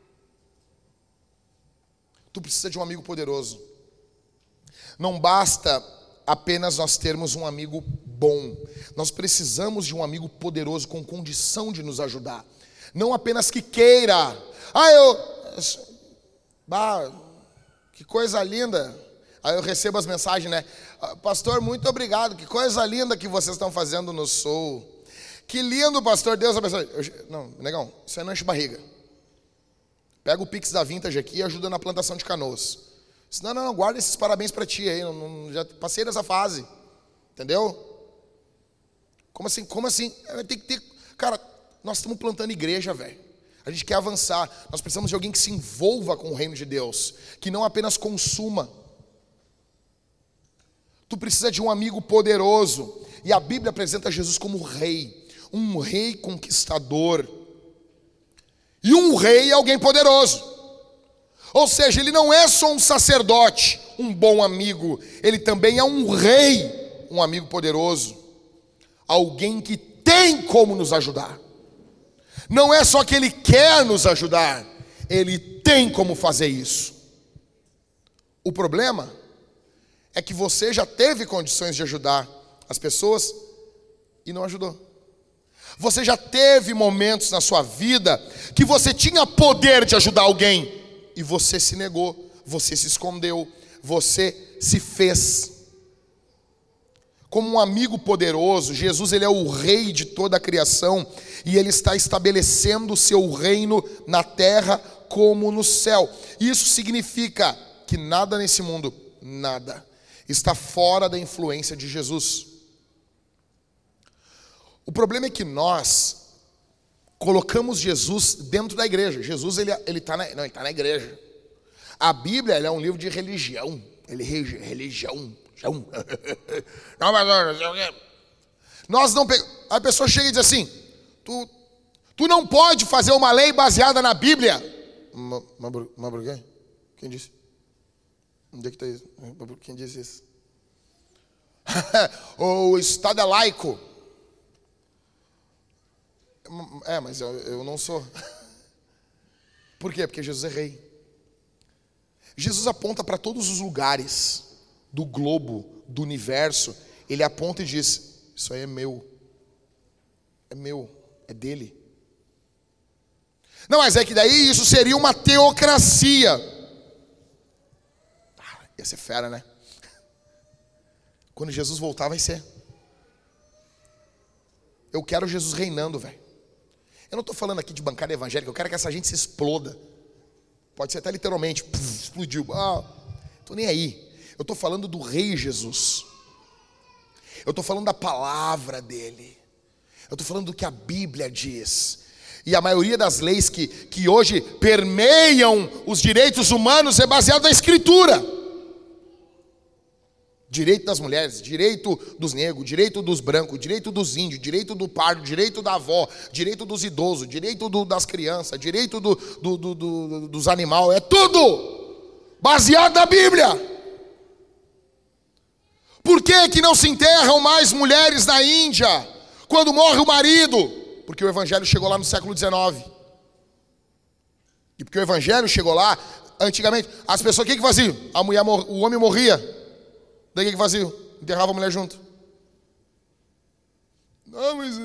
Tu precisa de um amigo poderoso. Não basta apenas nós termos um amigo bom. Nós precisamos de um amigo poderoso com condição de nos ajudar. Não apenas que queira. Ah, eu... Bah, que coisa linda. Aí eu recebo as mensagens, né? Pastor, muito obrigado. Que coisa linda que vocês estão fazendo no Sul. Que lindo, pastor. Deus abençoe. Eu, não, negão, isso é lanche barriga. Pega o Pix da Vintage aqui e ajuda na plantação de canoas. Não, não, não, guarda esses parabéns para ti aí. Não, não, já passei dessa fase. Entendeu? Como assim? Como assim? Tem que ter... Cara, nós estamos plantando igreja, velho. A gente quer avançar. Nós precisamos de alguém que se envolva com o reino de Deus. Que não apenas consuma. Tu precisa de um amigo poderoso. E a Bíblia apresenta Jesus como rei. Um rei conquistador. E um rei é alguém poderoso. Ou seja, ele não é só um sacerdote, um bom amigo. Ele também é um rei, um amigo poderoso. Alguém que tem como nos ajudar. Não é só que ele quer nos ajudar, ele tem como fazer isso. O problema é que você já teve condições de ajudar as pessoas e não ajudou. Você já teve momentos na sua vida que você tinha poder de ajudar alguém e você se negou, você se escondeu, você se fez. Como um amigo poderoso, Jesus ele é o rei de toda a criação e ele está estabelecendo o seu reino na terra como no céu. Isso significa que nada nesse mundo, nada, está fora da influência de Jesus. O problema é que nós colocamos Jesus dentro da igreja. Jesus ele ele está na, não, ele tá na igreja. A Bíblia ele é um livro de religião. Ele é religião. Não, mas nós não pegamos. A pessoa chega e diz assim: tu, tu não pode fazer uma lei baseada na Bíblia. Mas, mas por quê? Quem disse? Onde é que está isso? Quem disse isso? O Estado é laico. É, mas eu, eu não sou. Por quê? Porque Jesus é rei. Jesus aponta para todos os lugares do globo, do universo. Ele aponta e diz: isso aí é meu. É meu, é dele. Não, mas é que daí isso seria uma teocracia. Ah, ia ser fera, né? Quando Jesus voltar vai ser. Eu quero Jesus reinando, velho. Eu não estou falando aqui de bancada evangélica, eu quero que essa gente se exploda. Pode ser até literalmente, puf, explodiu. Ah, estou nem aí. Eu estou falando do Rei Jesus. Eu estou falando da palavra dele. Eu estou falando do que a Bíblia diz. E a maioria das leis que, que hoje permeiam os direitos humanos é baseada na Escritura. Direito das mulheres, direito dos negros, direito dos brancos, direito dos índios, direito do pardo, direito da avó, direito dos idosos, direito do, das crianças, direito do, do, do, do, dos animais. É tudo baseado na Bíblia. Por que que não se enterram mais mulheres na Índia quando morre o marido? Porque o Evangelho chegou lá no século dezenove. E porque o Evangelho chegou lá, antigamente, as pessoas, o que que faziam? A mulher, o homem morria. Daí o que que faziam? Enterrava a mulher junto. Não, mas...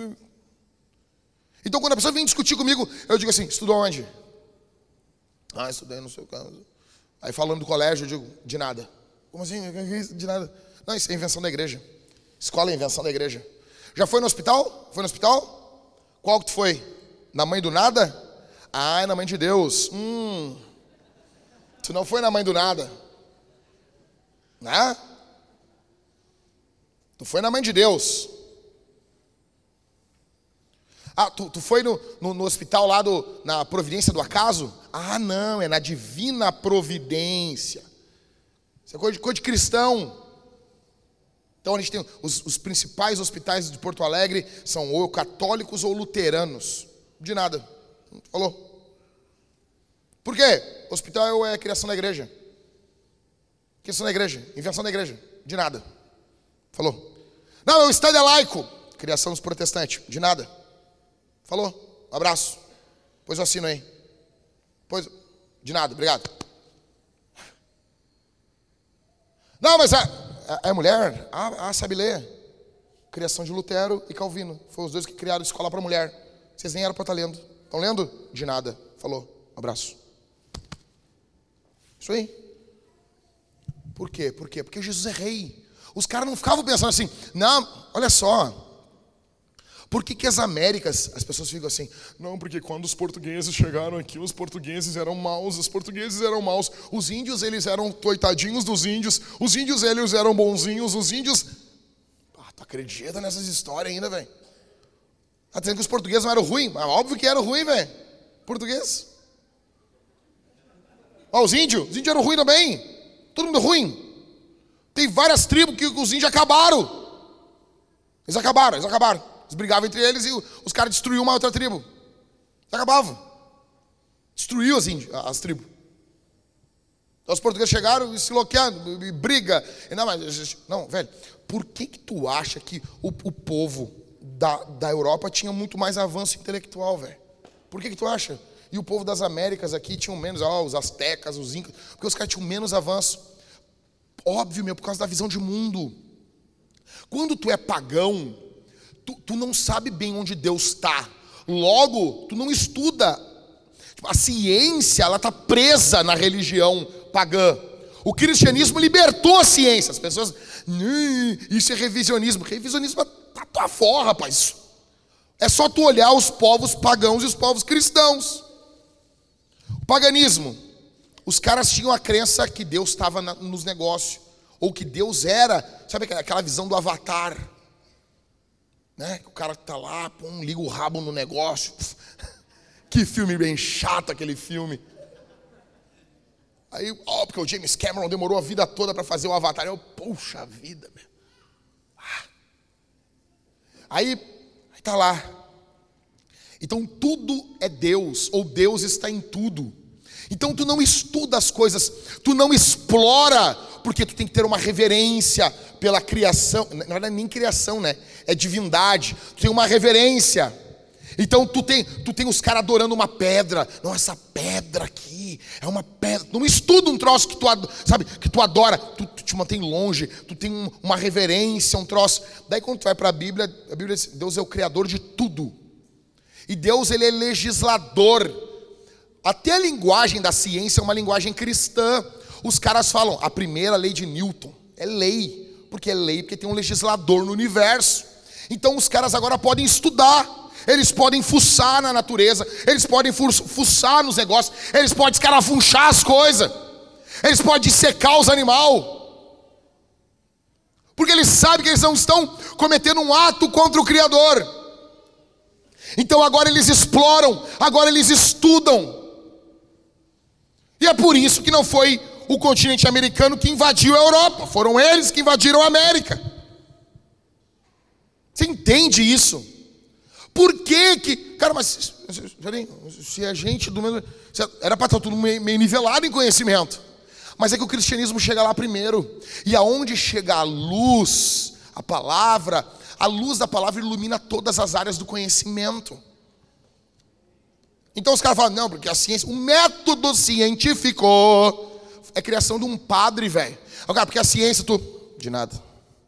Então quando a pessoa vem discutir comigo, eu digo assim: estudou onde? Ah, estudei no seu caso. Aí falando do colégio, eu digo: de nada. Como assim? De nada. Não, isso é invenção da igreja. Escola é invenção da igreja. Já foi no hospital? Foi no hospital? Qual que tu foi? Na mãe do nada? Ah, é na mãe de Deus. Hum. Tu não foi na mãe do nada. Né? Tu foi na mãe de Deus. Ah, tu, tu foi no, no, no hospital lá do, na providência do acaso? Ah, não, é na divina providência. Isso é coisa de, coisa de cristão. Então a gente tem os, os principais hospitais de Porto Alegre são ou católicos ou luteranos. De nada. Falou. Por quê? Hospital é criação da igreja. Criação da igreja, invenção da igreja, de nada. Falou. Não, o Estado é laico. Criação dos protestantes, de nada. Falou. Um abraço. Pois eu assino aí. Pois, de nada, obrigado. Não, mas a, a, a mulher, ah, ah, sabe ler. Criação de Lutero e Calvino. Foram os dois que criaram escola para mulher. Vocês nem eram para estar lendo. Estão lendo? De nada. Falou. Um abraço. Isso aí. Por quê? Por quê? Porque Jesus é rei. Os caras não ficavam pensando assim: não, olha só. Por que que as Américas, as pessoas ficam assim: não, porque quando os portugueses chegaram aqui, os portugueses eram maus, os portugueses eram maus, os índios eles eram coitadinhos dos índios, os índios eles eram bonzinhos, os índios... Ah, tu acredita nessas histórias ainda, velho? Tá dizendo que os portugueses não eram ruins? Mas óbvio que eram ruins, velho. Português. Ó, os índios, os índios eram ruins também. Todo mundo ruim. Tem várias tribos que os índios acabaram. Eles acabaram, eles acabaram. Eles brigavam entre eles e os caras destruíam uma outra tribo. Eles acabavam. Destruiu as, índios, as tribos. Então os portugueses chegaram e se loqueando, e briga. E não, mas, não, velho, por que que tu acha que o, o povo da, da Europa tinha muito mais avanço intelectual, velho? Por que que tu acha? E o povo das Américas aqui tinham menos, ó, os astecas, os incas, porque os caras tinham menos avanço. Óbvio, meu, por causa da visão de mundo. Quando tu é pagão, tu, tu não sabe bem onde Deus está. Logo, tu não estuda. A ciência, ela está presa na religião pagã. O cristianismo libertou a ciência. As pessoas, isso é revisionismo. Revisionismo é tua forra, rapaz. É só tu olhar os povos pagãos e os povos cristãos. O paganismo. Os caras tinham a crença que Deus estava nos negócios. Ou que Deus era, sabe aquela visão do Avatar? Né? O cara que tá lá, pum, liga o rabo no negócio. Que filme bem chato aquele filme. Aí, ó, porque o James Cameron demorou a vida toda para fazer o Avatar. Eu, puxa vida, meu. Ah. Aí, aí tá lá. Então tudo é Deus, ou Deus está em tudo. Então tu não estuda as coisas, tu não explora, porque tu tem que ter uma reverência pela criação. Na verdade, nem criação, né? É divindade. Tu tem uma reverência. Então tu tem, tu tem os caras adorando uma pedra. Não, essa pedra aqui é uma pedra. Não estuda um troço que tu, sabe, que tu adora. Tu, tu te mantém longe. Tu tem um, uma reverência, um troço. Daí quando tu vai para a Bíblia, a Bíblia diz, Deus é o criador de tudo. E Deus, ele é legislador. Até a linguagem da ciência é uma linguagem cristã. Os caras falam, a primeira lei de Newton é lei. Porque é lei, porque tem um legislador no universo. Então os caras agora podem estudar. Eles podem fuçar na natureza. Eles podem fuçar nos negócios. Eles podem escarafunchar as coisas. Eles podem dissecar os animais. Porque eles sabem que eles não estão cometendo um ato contra o Criador. Então agora eles exploram. Agora eles estudam. E é por isso que não foi o continente americano que invadiu a Europa. Foram eles que invadiram a América. Você entende isso? Por que que... Cara, mas se a gente do mesmo... Era para estar tudo meio nivelado em conhecimento. Mas é que o cristianismo chega lá primeiro. E aonde chega a luz, a palavra, a luz da palavra ilumina todas as áreas do conhecimento. Então os caras falam, não, porque a ciência... O método científico é criação de um padre, velho. Porque a ciência, tu... De nada.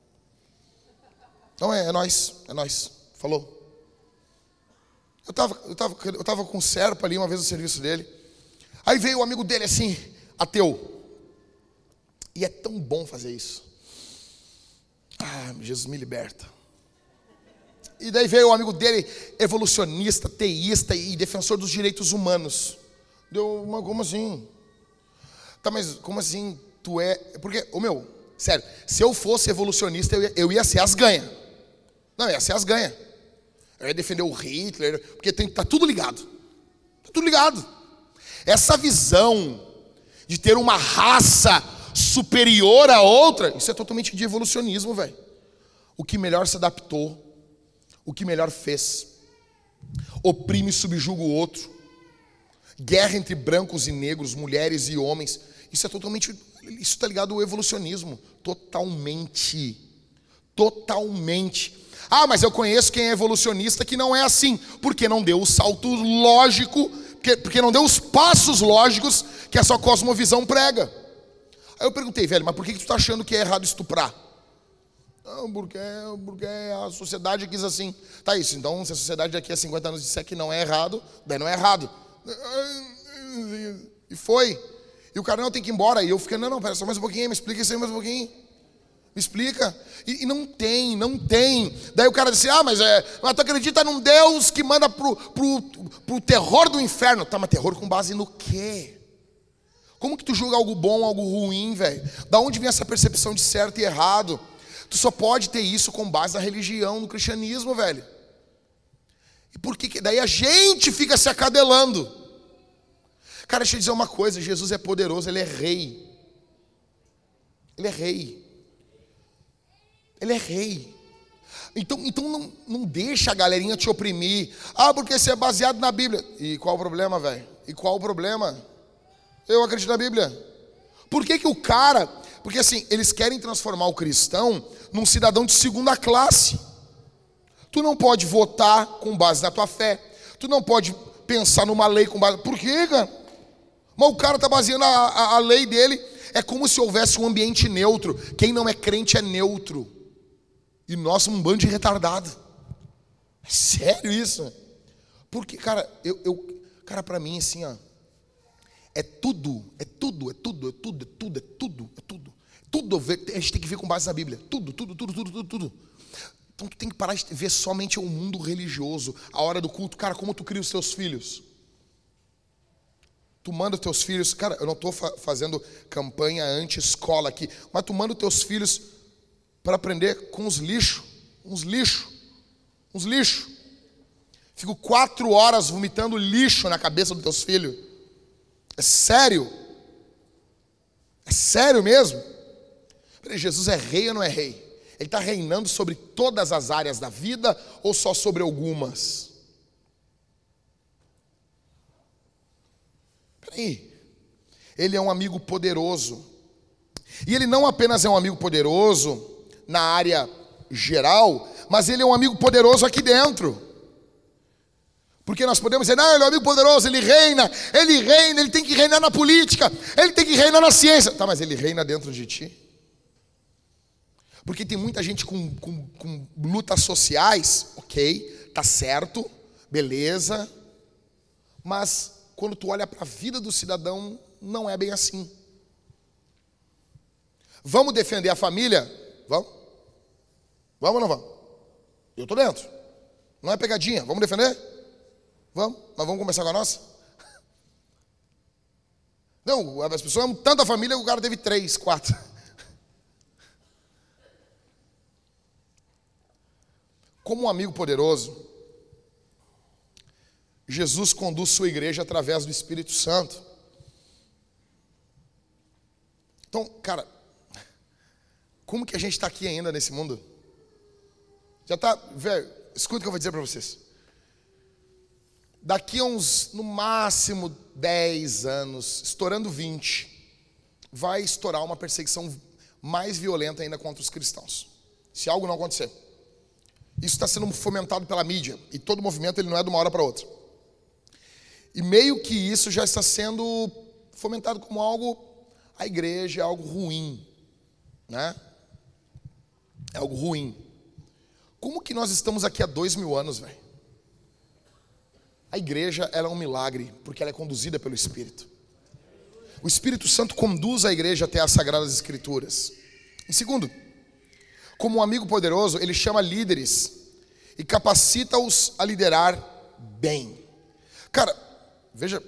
Então é, é nóis, é nóis. Falou. Eu tava, eu, tava, eu tava com o Serpa ali uma vez no serviço dele. Aí veio o amigo dele assim, ateu. E é tão bom fazer isso. Ah, Jesus me liberta. E daí veio o amigo dele, evolucionista, teísta e defensor dos direitos humanos. Deu uma, como assim? Tá, mas como assim tu é... Porque, ô meu, sério, se eu fosse evolucionista, eu ia, eu ia ser as ganha. Não, ia ser as ganha. Eu ia defender o Hitler, porque tem, tá tudo ligado. Tá tudo ligado. Essa visão de ter uma raça superior a outra, isso é totalmente de evolucionismo, velho. O que melhor se adaptou, o que melhor fez, oprime e subjuga o outro, guerra entre brancos e negros, mulheres e homens, isso é totalmente, isso está ligado ao evolucionismo, totalmente, totalmente. Ah, mas eu conheço quem é evolucionista que não é assim, porque não deu o salto lógico, porque, porque não deu os passos lógicos que a sua cosmovisão prega. Aí eu perguntei, velho, mas por que, que tu está achando que é errado estuprar? Não, porque, porque a sociedade quis assim. Tá isso, então se a sociedade daqui a cinquenta anos disser que não é errado, daí não é errado. E foi. E o cara, não, tem que ir embora. E eu fiquei, não, não, pera só mais um pouquinho, me explica isso aí mais um pouquinho. Me explica. E, e não tem, não tem. Daí o cara disse, ah, mas, é, mas tu acredita num Deus que manda pro, pro, pro terror do inferno. Tá, mas terror com base no quê? Como que tu julga algo bom, algo ruim, velho? Da onde vem essa percepção de certo e errado? Tu só pode ter isso com base na religião, no cristianismo, velho. E por que que... Daí a gente fica se acadelando. Cara, deixa eu dizer uma coisa. Jesus é poderoso, Ele é rei. Ele é rei. Ele é rei. Então, então não, não deixa a galerinha te oprimir. Ah, porque você é baseado na Bíblia. E qual o problema, velho? E qual o problema? Eu acredito na Bíblia. Por que que o cara... Porque assim, eles querem transformar o cristão num cidadão de segunda classe. Tu não pode votar com base na tua fé. Tu não pode pensar numa lei com base. Por quê, cara? Mas o cara tá baseando a, a, a lei dele. É como se houvesse um ambiente neutro. Quem não é crente é neutro. E nós somos um bando de retardado. É sério isso? Porque, cara, eu, eu cara, pra mim, assim, ó, é tudo, é tudo, é tudo, é tudo, é tudo, é tudo, é tudo. Tudo a gente tem que ver com base na Bíblia. Tudo, tudo, tudo, tudo, tudo, tudo. Então tu tem que parar de ver somente o mundo religioso, a hora do culto. Cara, como tu cria os teus filhos? Tu manda os teus filhos, cara, eu não estou fa- fazendo campanha anti-escola aqui, mas tu manda os teus filhos para aprender com os lixos, uns lixos, uns lixos. Fico quatro horas vomitando lixo na cabeça dos teus filhos. É sério? É sério mesmo? Peraí, Jesus é rei ou não é rei? Ele está reinando sobre todas as áreas da vida ou só sobre algumas? Peraí. Ele é um amigo poderoso. E ele não apenas é um amigo poderoso na área geral, mas ele é um amigo poderoso aqui dentro. Porque nós podemos dizer, não, ele é um amigo poderoso, ele reina, ele reina, ele tem que reinar na política, ele tem que reinar na ciência. Tá, mas ele reina dentro de ti? Porque tem muita gente com, com, com lutas sociais, ok, tá certo, beleza, mas quando tu olha para a vida do cidadão, não é bem assim. Vamos defender a família? Vamos? Vamos ou não vamos? Eu tô dentro. Não é pegadinha, vamos defender? Vamos? Mas vamos começar com a nossa? Não, as pessoas amam tanto a família que o cara teve três, quatro. Como um amigo poderoso, Jesus conduz sua igreja através do Espírito Santo. Então, cara, como que a gente está aqui ainda nesse mundo? Já está, velho, escuta o que eu vou dizer para vocês. Daqui a uns, no máximo, dez anos, estourando vinte, vai estourar uma perseguição mais violenta ainda contra os cristãos. Se algo não acontecer. Isso está sendo fomentado pela mídia. E todo movimento ele não é de uma hora para outra. E meio que isso já está sendo fomentado como algo... A igreja é algo ruim. Né? É algo ruim. Como que nós estamos aqui há dois mil anos, velho? A igreja ela é um milagre, porque ela é conduzida pelo Espírito. O Espírito Santo conduz a igreja até as Sagradas Escrituras. E segundo, como um amigo poderoso, ele chama líderes e capacita-os a liderar bem. Cara, veja,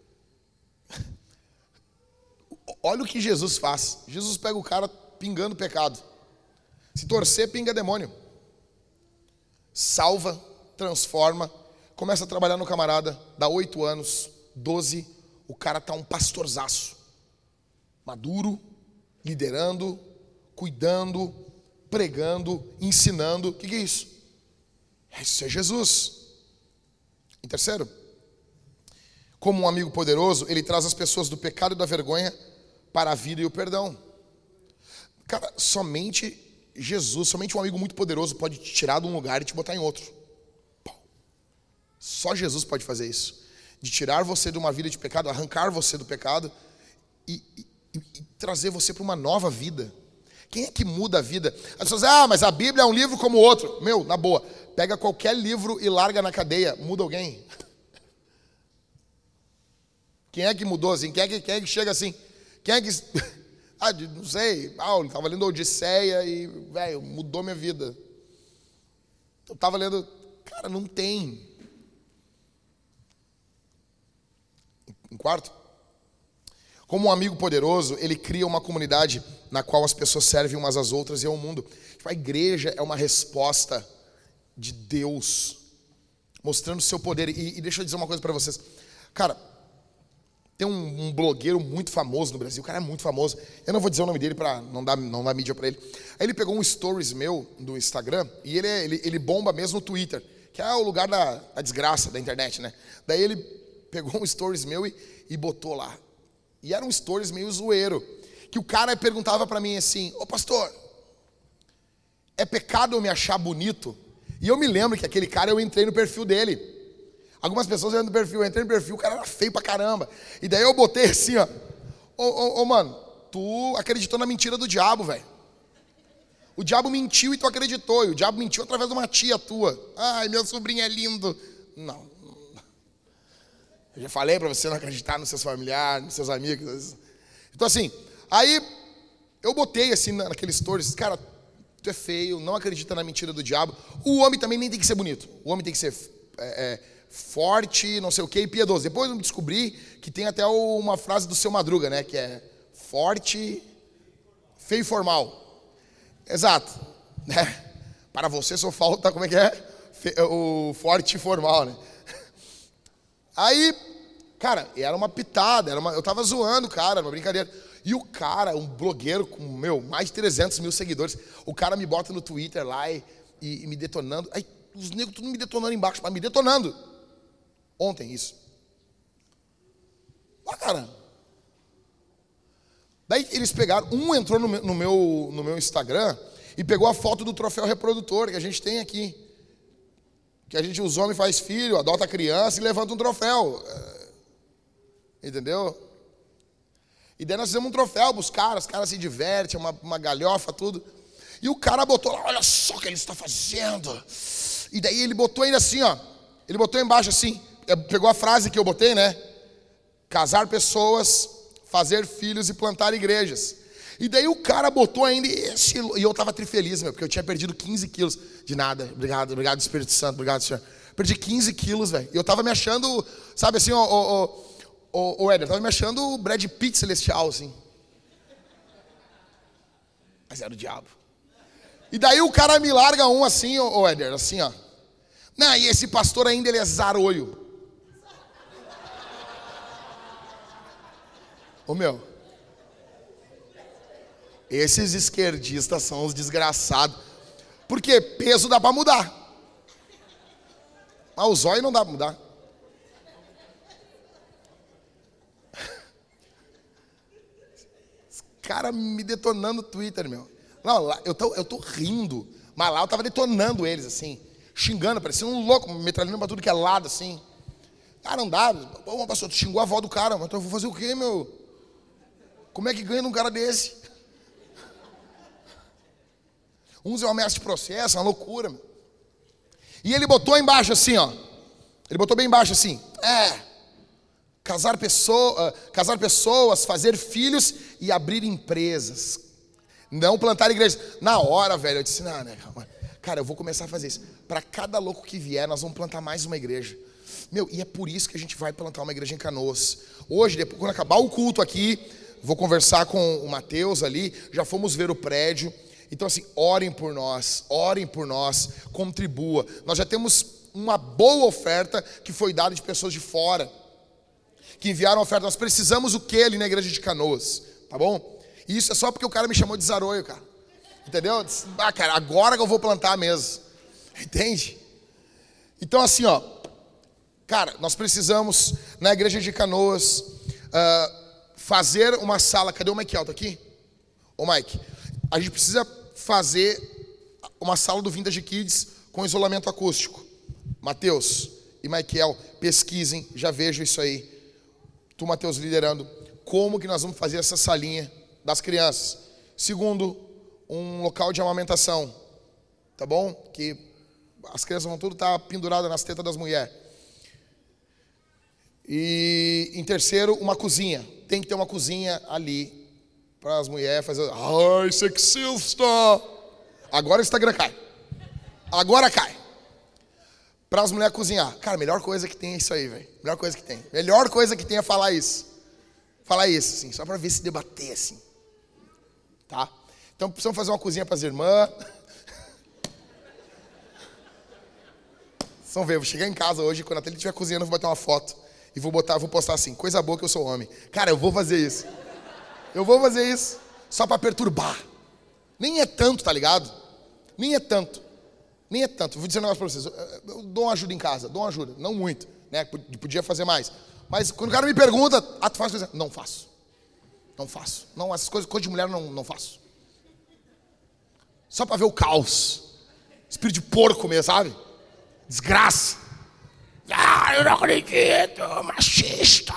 olha o que Jesus faz. Jesus pega o cara pingando pecado. Se torcer, pinga demônio. Salva, transforma, começa a trabalhar no camarada, dá oito anos, doze, o cara tá um pastorzaço. Maduro, liderando, cuidando, pregando, ensinando. O que, que é isso? Isso é Jesus. Em terceiro, como um amigo poderoso, ele traz as pessoas do pecado e da vergonha para a vida e o perdão. Cara, somente Jesus, somente um amigo muito poderoso pode te tirar de um lugar e te botar em outro. Só Jesus pode fazer isso. De tirar você de uma vida de pecado, arrancar você do pecado e, e, e trazer você para uma nova vida. Quem é que muda a vida? As pessoas dizem, ah, mas a Bíblia é um livro como outro. Meu, na boa, pega qualquer livro e larga na cadeia. Muda alguém? Quem é que mudou assim? Quem é que, quem é que chega assim? Quem é que... Ah, não sei, Paulo, estava lendo a Odisseia e, velho, mudou minha vida. Eu estava lendo... Cara, não tem. Em quarto, como um amigo poderoso, ele cria uma comunidade na qual as pessoas servem umas às outras e ao mundo. A igreja é uma resposta de Deus, mostrando o seu poder. E, e deixa eu dizer uma coisa para vocês. Cara, tem um, um blogueiro muito famoso no Brasil, o cara é muito famoso. Eu não vou dizer o nome dele para não dar, não dar mídia para ele. Aí ele pegou um stories meu do Instagram e ele, ele, ele bomba mesmo no Twitter, que é o lugar da, da desgraça da internet, né? Daí ele pegou um stories meu e, e botou lá. E era um stories meio zoeiro. Que o cara perguntava pra mim assim, ô pastor, é pecado eu me achar bonito? E eu me lembro que aquele cara, eu entrei no perfil dele. Algumas pessoas olhando no perfil, eu entrei no perfil, o cara era feio pra caramba. E daí eu botei assim, ó. Ô, ô, ô mano, tu acreditou na mentira do diabo, velho. O diabo mentiu e tu acreditou. E o diabo mentiu através de uma tia tua. Ai, meu sobrinho é lindo. Não. Eu já falei pra você não acreditar nos seus familiares, nos seus amigos. Então assim, aí eu botei assim naqueles stories, cara, tu é feio, não acredita na mentira do diabo. O homem também nem tem que ser bonito. O homem tem que ser é, é, forte, não sei o que, e piedoso. Depois eu descobri que tem até uma frase do Seu Madruga, né? Que é forte, feio e formal. Exato. Né? Para você só falta, como é que é? O forte e formal, né? Aí, cara, era uma pitada, era uma, eu tava zoando o cara, era uma brincadeira. E o cara, um blogueiro com, meu, mais de trezentos mil seguidores, o cara me bota no Twitter lá e, e, e me detonando. Aí os negros tudo me detonando embaixo, mas me detonando. Ontem, isso. Ah, cara. Daí eles pegaram, um entrou no meu, no meu, no meu Instagram e pegou a foto do troféu reprodutor que a gente tem aqui. Que a gente, os homens faz filho, adota criança e levanta um troféu. Entendeu? E daí nós fizemos um troféu pros caras, os caras se divertem, uma, uma galhofa, tudo. E o cara botou lá, olha só o que ele está fazendo. E daí ele botou ainda assim, ó. Ele botou embaixo assim, pegou a frase que eu botei, né? Casar pessoas, fazer filhos e plantar igrejas. E daí o cara botou ainda esse... E eu tava trifeliz, meu, porque eu tinha perdido quinze quilos. De nada, obrigado, obrigado Espírito Santo, obrigado Senhor. Perdi quinze quilos, velho. E eu tava me achando, sabe assim, ó, ó, ó, ó, Éder, eu tava me achando o Brad Pitt celestial, assim. Mas era o diabo. E daí o cara me larga um assim, ó, ó Éder, assim, ó. Não, e esse pastor ainda, ele é zaroio. Ô, meu... Esses esquerdistas são os desgraçados. Porque peso dá pra mudar. Mas o zóio não dá pra mudar. Os caras me detonando no Twitter, meu. Não, lá, eu, tô, eu tô rindo. Mas lá eu tava detonando eles, assim. Xingando, parecendo um louco, metralhando pra tudo que é lado, assim. Cara, não dá. Pô, pastor, tu xingou a avó do cara. Mas eu vou fazer o quê, meu? Como é que ganha num cara desse? Uns é uma ameaça de processo, uma loucura. Meu. E ele botou embaixo assim, ó. Ele botou bem embaixo assim. É, casar, pessoa, uh, casar pessoas, fazer filhos e abrir empresas. Não plantar igrejas. Na hora, velho, eu disse, não, né, calma. Cara, eu vou começar a fazer isso. Para cada louco que vier, nós vamos plantar mais uma igreja. Meu, e é por isso que a gente vai plantar uma igreja em Canoas. Hoje, depois, quando acabar o culto aqui, vou conversar com o Mateus ali. Já fomos ver o prédio. Então assim, orem por nós, orem por nós, contribua. Nós já temos uma boa oferta que foi dada de pessoas de fora, que enviaram oferta. Nós precisamos o que ali na igreja de Canoas, tá bom? E isso é só porque o cara me chamou de zaroio, cara. Entendeu? Ah, cara, agora que eu vou plantar mesmo. Entende? Então assim, ó. Cara, nós precisamos na igreja de Canoas uh, fazer uma sala. Cadê o Michael? Tá aqui? Ô Mike, a gente precisa fazer uma sala do Vintage Kids com isolamento acústico. Mateus e Michael, pesquisem, já vejo isso aí. Tu, Mateus, liderando. Como que nós vamos fazer essa salinha das crianças? Segundo, um local de amamentação. Tá bom? Que as crianças vão tudo estar penduradas nas tetas das mulheres. E em terceiro, uma cozinha. Tem que ter uma cozinha ali para as mulheres fazer. Ai, sexista! Agora o Instagram cai. Agora cai. Para as mulheres cozinhar. Cara, a melhor coisa que tem é isso aí, velho. Melhor coisa que tem. Melhor coisa que tem é falar isso. Falar isso, assim, só para ver se debater, assim. Tá? Então precisamos fazer uma cozinha para as irmãs. Vocês vão ver, eu vou chegar em casa hoje, quando a Thalita estiver cozinhando, eu vou botar uma foto. E vou botar, vou postar assim, coisa boa que eu sou homem. Cara, eu vou fazer isso. Eu vou fazer isso só para perturbar. Nem é tanto, tá ligado? Nem é tanto. Nem é tanto. Vou dizer um negócio para vocês. Eu dou uma ajuda em casa, dou uma ajuda. Não muito, né? Podia fazer mais. Mas quando o cara me pergunta, ah, tu faz coisa? Não faço. Não faço. Não, essas coisas, coisa de mulher não, não faço. Só para ver o caos. Espírito de porco mesmo, sabe? Desgraça. Ah, eu não acredito, machista.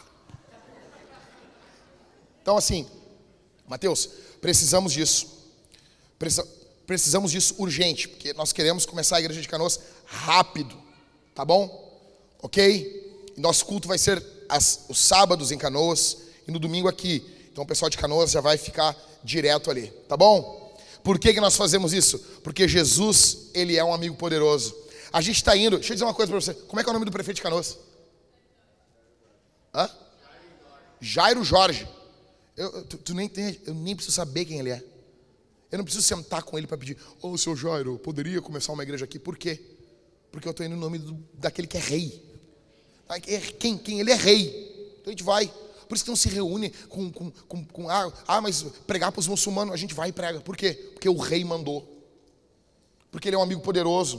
Então assim, Mateus, precisamos disso. Precisa, precisamos disso urgente, porque nós queremos começar a igreja de Canoas rápido, tá bom? Ok? E nosso culto vai ser as, os sábados em Canoas e no domingo aqui. Então o pessoal de Canoas já vai ficar direto ali, tá bom? Por que que nós fazemos isso? Porque Jesus, ele é um amigo poderoso. A gente está indo, deixa eu dizer uma coisa para você. Como é que é o nome do prefeito de Canoas? Hã? Jairo Jorge. Eu, tu, tu nem tem, eu nem preciso saber quem ele é. Eu não preciso sentar com ele para pedir: ô, oh, seu Jairo, poderia começar uma igreja aqui? Por quê? Porque eu estou indo no nome do, daquele que é rei. Quem? Quem? Ele é rei. Então a gente vai. Por isso que não se reúne com, com, com, com ah, ah, mas pregar para os muçulmanos. A gente vai e prega. Por quê? Porque o rei mandou. Porque ele é um amigo poderoso.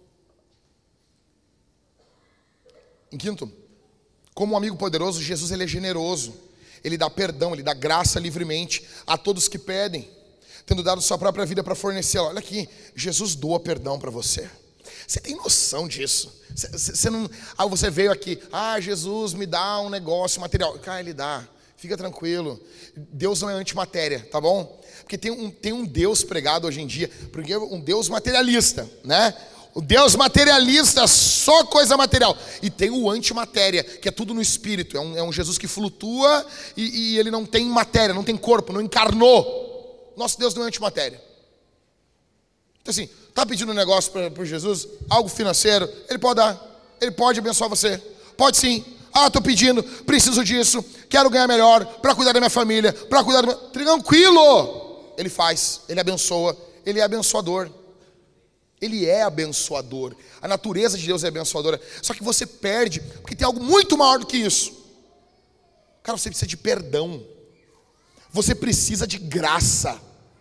Em quinto, como um amigo poderoso, Jesus, ele é generoso. Ele dá perdão, ele dá graça livremente a todos que pedem, tendo dado sua própria vida para fornecê-la. Olha aqui, Jesus doa perdão para você. Você tem noção disso? Você, você, não, ah, você veio aqui, ah, Jesus me dá um negócio material. Cara, ele dá, fica tranquilo. Deus não é antimatéria, tá bom? Porque tem um, tem um Deus pregado hoje em dia, porque é um Deus materialista, né? O Deus materialista, só coisa material. E tem o antimatéria, que é tudo no espírito. É um, é um Jesus que flutua e, e ele não tem matéria, não tem corpo, não encarnou. Nosso Deus não é antimatéria. Então assim, tá pedindo um negócio para Jesus, algo financeiro, ele pode dar, ele pode abençoar você, pode sim. Ah, tô pedindo, preciso disso, quero ganhar melhor, para cuidar da minha família, para cuidar do meu... Tranquilo, ele faz, ele abençoa, ele é abençoador. Ele é abençoador, a natureza de Deus é abençoadora. Só que você perde, porque tem algo muito maior do que isso. Cara, você precisa de perdão, você precisa de graça.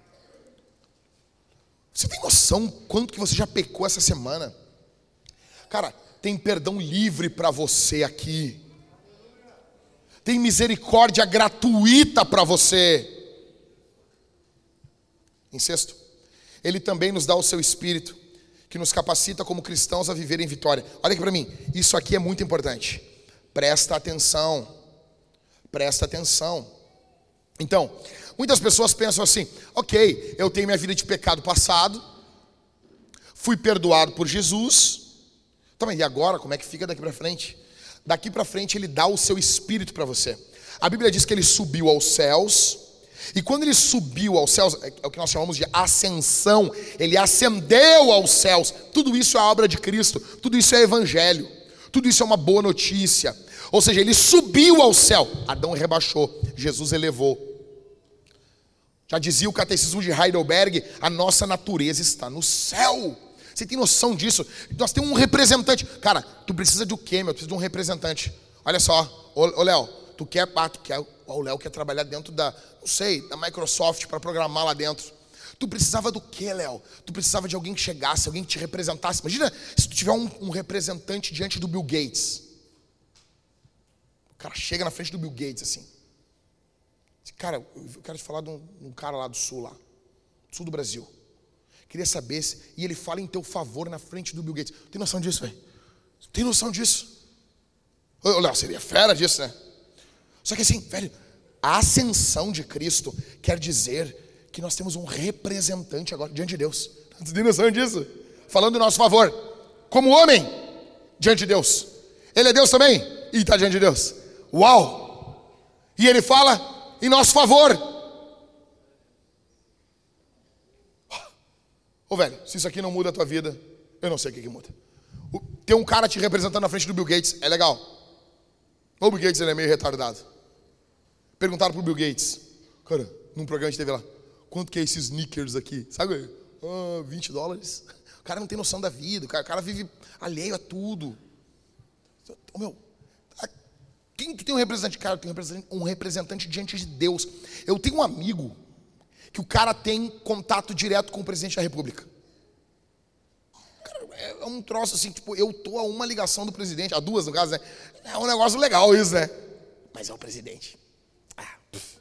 Você tem noção quanto que você já pecou essa semana? Cara, tem perdão livre para você aqui. Tem misericórdia gratuita para você. Em sexto, ele também nos dá o seu Espírito, que nos capacita como cristãos a viver em vitória. Olha aqui para mim, isso aqui é muito importante. Presta atenção, presta atenção. Então, muitas pessoas pensam assim: ok, eu tenho minha vida de pecado passado, fui perdoado por Jesus, então, e agora como é que fica daqui para frente? Daqui para frente ele dá o seu Espírito para você. A Bíblia diz que ele subiu aos céus, e quando ele subiu aos céus, é o que nós chamamos de ascensão, ele ascendeu aos céus. Tudo isso é obra de Cristo, tudo isso é evangelho, tudo isso é uma boa notícia. Ou seja, ele subiu ao céu, Adão rebaixou, Jesus elevou. Já dizia o catecismo de Heidelberg, a nossa natureza está no céu. Você tem noção disso? Nós temos um representante. Cara, tu precisa de o quê, meu? Tu precisa de um representante. Olha só, ô, ô Léo, tu quer, ah, tu quer, o Léo quer trabalhar dentro da, não sei, da Microsoft para programar lá dentro. Tu precisava do quê, Léo? Tu precisava de alguém que chegasse, alguém que te representasse. Imagina se tu tiver um, um representante diante do Bill Gates. O cara chega na frente do Bill Gates assim. Cara, eu quero te falar de um, um cara lá do sul, lá, do sul do Brasil. Queria saber se... E ele fala em teu favor na frente do Bill Gates. Tem noção disso, velho? Tem noção disso? Ô, Léo, seria fera disso, né? Só que assim, velho, a ascensão de Cristo quer dizer que nós temos um representante agora diante de Deus. Você tem noção disso? Falando em nosso favor. Como homem, diante de Deus. Ele é Deus também? E está diante de Deus. Uau! E ele fala em nosso favor. Ô velho, se isso aqui não muda a tua vida, eu não sei o que que muda. Tem um cara te representando na frente do Bill Gates, é legal. O Bill Gates, ele é meio retardado. Perguntaram pro Bill Gates, cara, num programa de T V lá, quanto que é esses sneakers aqui? Sabe? Ah, vinte dólares. O cara não tem noção da vida, o cara, o cara vive alheio a tudo. Ô meu, quem que tem um representante? Cara, eu tenho um representante, um representante diante de Deus. Eu tenho um amigo que o cara tem contato direto com o presidente da República. Cara, é um troço assim, tipo, eu tô a uma ligação do presidente, a duas no caso, né? É um negócio legal isso, né? Mas é o presidente. Ah,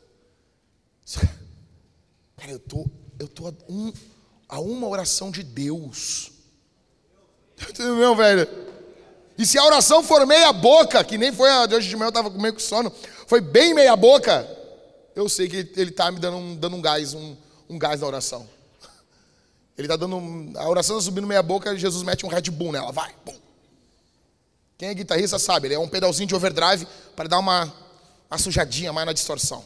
cara, eu tô, eu tô a, um, a uma oração de Deus. Entendeu, velho? E se a oração for meia boca, que nem foi a de hoje de manhã, eu estava meio com sono, foi bem meia boca, eu sei que ele está me dando um, dando um gás, um, um gás na oração. Ele está dando, um, a oração está subindo meia boca, Jesus mete um Red Bull nela, vai, pum. Quem é guitarrista sabe, ele é um pedalzinho de overdrive para dar uma, uma sujadinha mais na distorção.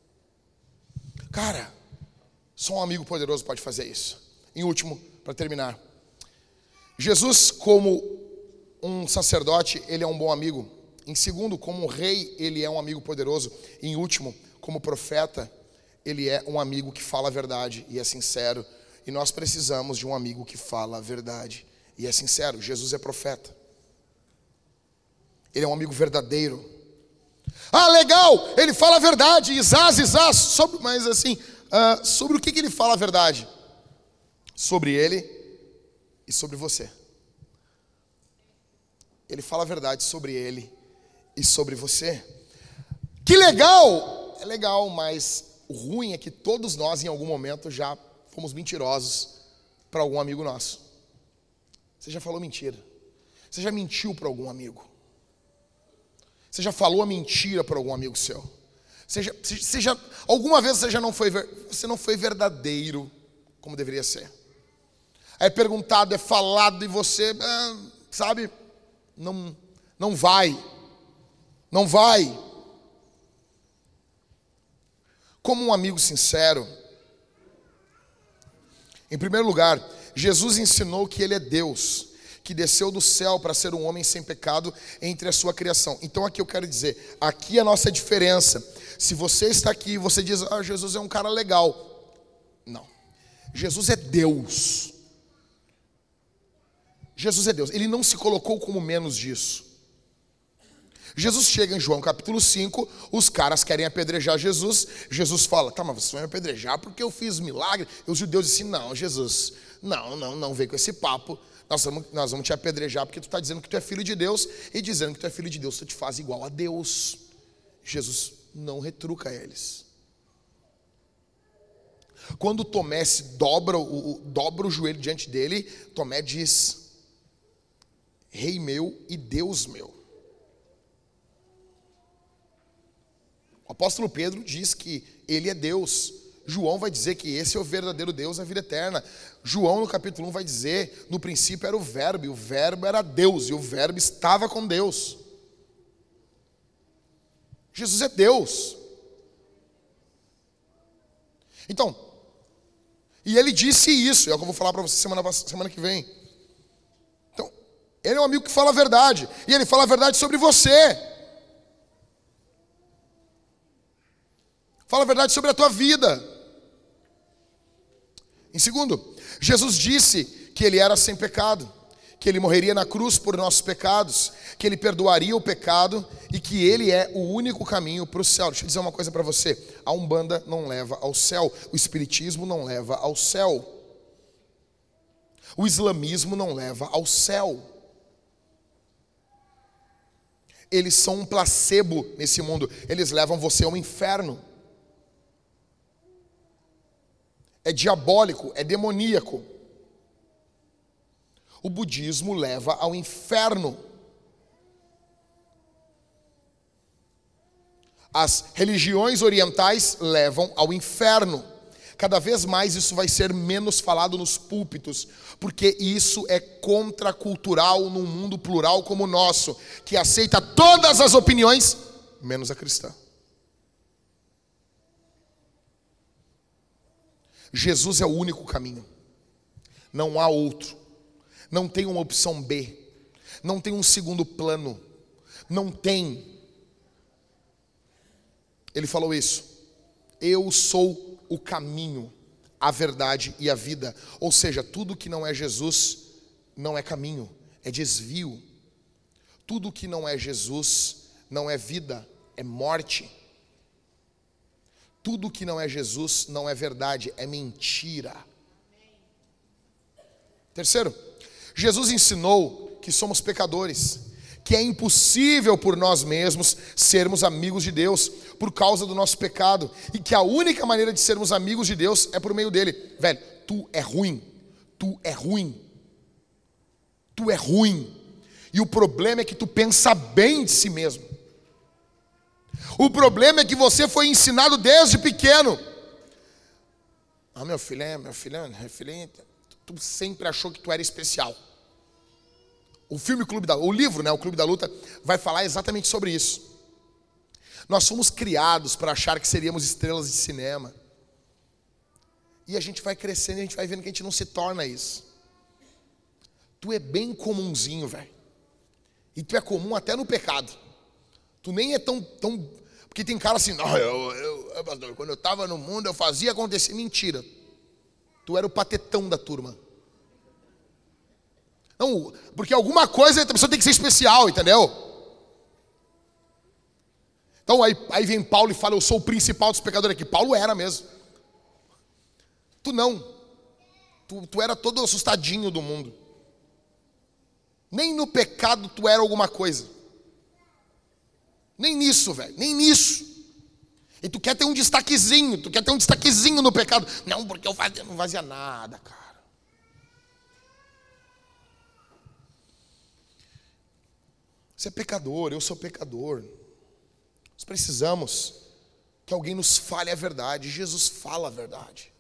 Cara, só um amigo poderoso pode fazer isso. Em último, para terminar, Jesus, como um sacerdote, ele é um bom amigo. Em segundo, como um rei, ele é um amigo poderoso. Em último, como profeta, ele é um amigo que fala a verdade e é sincero. E nós precisamos de um amigo que fala a verdade e é sincero. Jesus é profeta. Ele é um amigo verdadeiro. Ah, legal, ele fala a verdade, Isás, Isás, sobre, mas assim, uh, sobre o que, que ele fala a verdade? Sobre ele e sobre você. Ele fala a verdade sobre ele e sobre você. Que legal! É legal, mas o ruim é que todos nós em algum momento já fomos mentirosos para algum amigo nosso. Você já falou mentira. Você já mentiu para algum amigo. Você já falou a mentira para algum amigo seu. Você já, você já, alguma vez você já não foi, você não foi verdadeiro como deveria ser. É perguntado, é falado e você, ah, sabe, não, não vai. Não vai. Como um amigo sincero, em primeiro lugar, Jesus ensinou que Ele é Deus, que desceu do céu para ser um homem sem pecado entre a sua criação. Então aqui eu quero dizer, aqui é a nossa diferença. Se você está aqui e você diz, ah, Jesus é um cara legal. Não. Jesus é Deus. Jesus é Deus. Ele não se colocou como menos disso. Jesus chega em João capítulo cinco, os caras querem apedrejar Jesus. Jesus fala, tá, mas vocês vão me apedrejar porque eu fiz milagre. E os judeus dizem, não, Jesus, não, não, não, vem com esse papo. Nós vamos, nós vamos te apedrejar porque tu está dizendo que tu é filho de Deus. E dizendo que tu é filho de Deus, tu te faz igual a Deus. Jesus não retruca eles. Quando Tomé se dobra o, dobra o joelho diante dele, Tomé diz, Rei meu e Deus meu. O apóstolo Pedro diz que ele é Deus. João vai dizer que esse é o verdadeiro Deus, a vida eterna. João no capítulo um vai dizer, no princípio era o verbo, e o verbo era Deus, e o verbo estava com Deus. Jesus é Deus. Então, e ele disse isso, é o que eu vou falar para você semana, semana que vem. Então, ele é um amigo que fala a verdade, e ele fala a verdade sobre você. Fala a verdade sobre a tua vida. Em segundo, Jesus disse que ele era sem pecado, que ele morreria na cruz por nossos pecados, que ele perdoaria o pecado e que ele é o único caminho para o céu. Deixa eu dizer uma coisa para você, a Umbanda não leva ao céu, o Espiritismo não leva ao céu, o Islamismo não leva ao céu. Eles são um placebo nesse mundo, eles levam você ao inferno. É diabólico, é demoníaco. O budismo leva ao inferno. As religiões orientais levam ao inferno. Cada vez mais isso vai ser menos falado nos púlpitos, porque isso é contracultural num mundo plural como o nosso, que aceita todas as opiniões, menos a cristã. Jesus é o único caminho. Não há outro. Não tem uma opção B. Não tem um segundo plano. Não tem. Ele falou isso. Eu sou o caminho, a verdade e a vida. Ou seja, tudo que não é Jesus não é caminho, é desvio. Tudo que não é Jesus não é vida, é morte. Tudo que não é Jesus não é verdade, é mentira. Terceiro, Jesus ensinou que somos pecadores, que é impossível por nós mesmos sermos amigos de Deus por causa do nosso pecado, e que a única maneira de sermos amigos de Deus é por meio dele. Velho, tu é ruim, tu é ruim, tu é ruim. E o problema é que tu pensa bem de si mesmo. O problema é que você foi ensinado desde pequeno. Ah, meu filho, é, meu filho, meu filho, tu sempre achou que tu era especial. O filme Clube da, o livro, né, o Clube da Luta, vai falar exatamente sobre isso. Nós fomos criados para achar que seríamos estrelas de cinema. E a gente vai crescendo e a gente vai vendo que a gente não se torna isso. Tu é bem comunzinho, velho. E tu é comum até no pecado. Tu nem é tão... tão porque tem cara assim, não, eu, eu, eu, pastor, quando eu estava no mundo eu fazia acontecer. Mentira. Tu era o patetão da turma. Não, porque alguma coisa a pessoa tem que ser especial, entendeu? Então aí, aí vem Paulo e fala, eu sou o principal dos pecadores aqui. Paulo era mesmo. Tu não. Tu, tu era todo assustadinho do mundo. Nem no pecado tu era alguma coisa. Nem nisso, velho. Nem nisso. E tu quer ter um destaquezinho. Tu quer ter um destaquezinho no pecado. Não, porque eu fazia, não fazia nada, cara. Você é pecador, eu sou pecador. Nós precisamos que alguém nos fale a verdade. Jesus fala a verdade.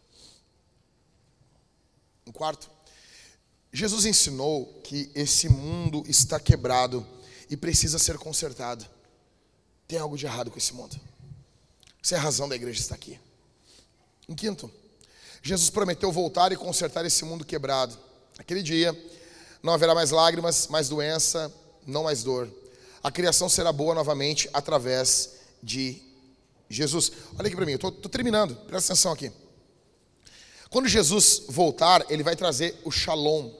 Em quarto, Jesus ensinou que esse mundo está quebrado e precisa ser consertado. Tem algo de errado com esse mundo. Essa é a razão da igreja estar aqui. Em quinto, Jesus prometeu voltar e consertar esse mundo quebrado. Naquele dia, não haverá mais lágrimas, mais doença, não mais dor. A criação será boa novamente através de Jesus. Olha aqui para mim, eu estou terminando, presta atenção aqui. Quando Jesus voltar, ele vai trazer o shalom.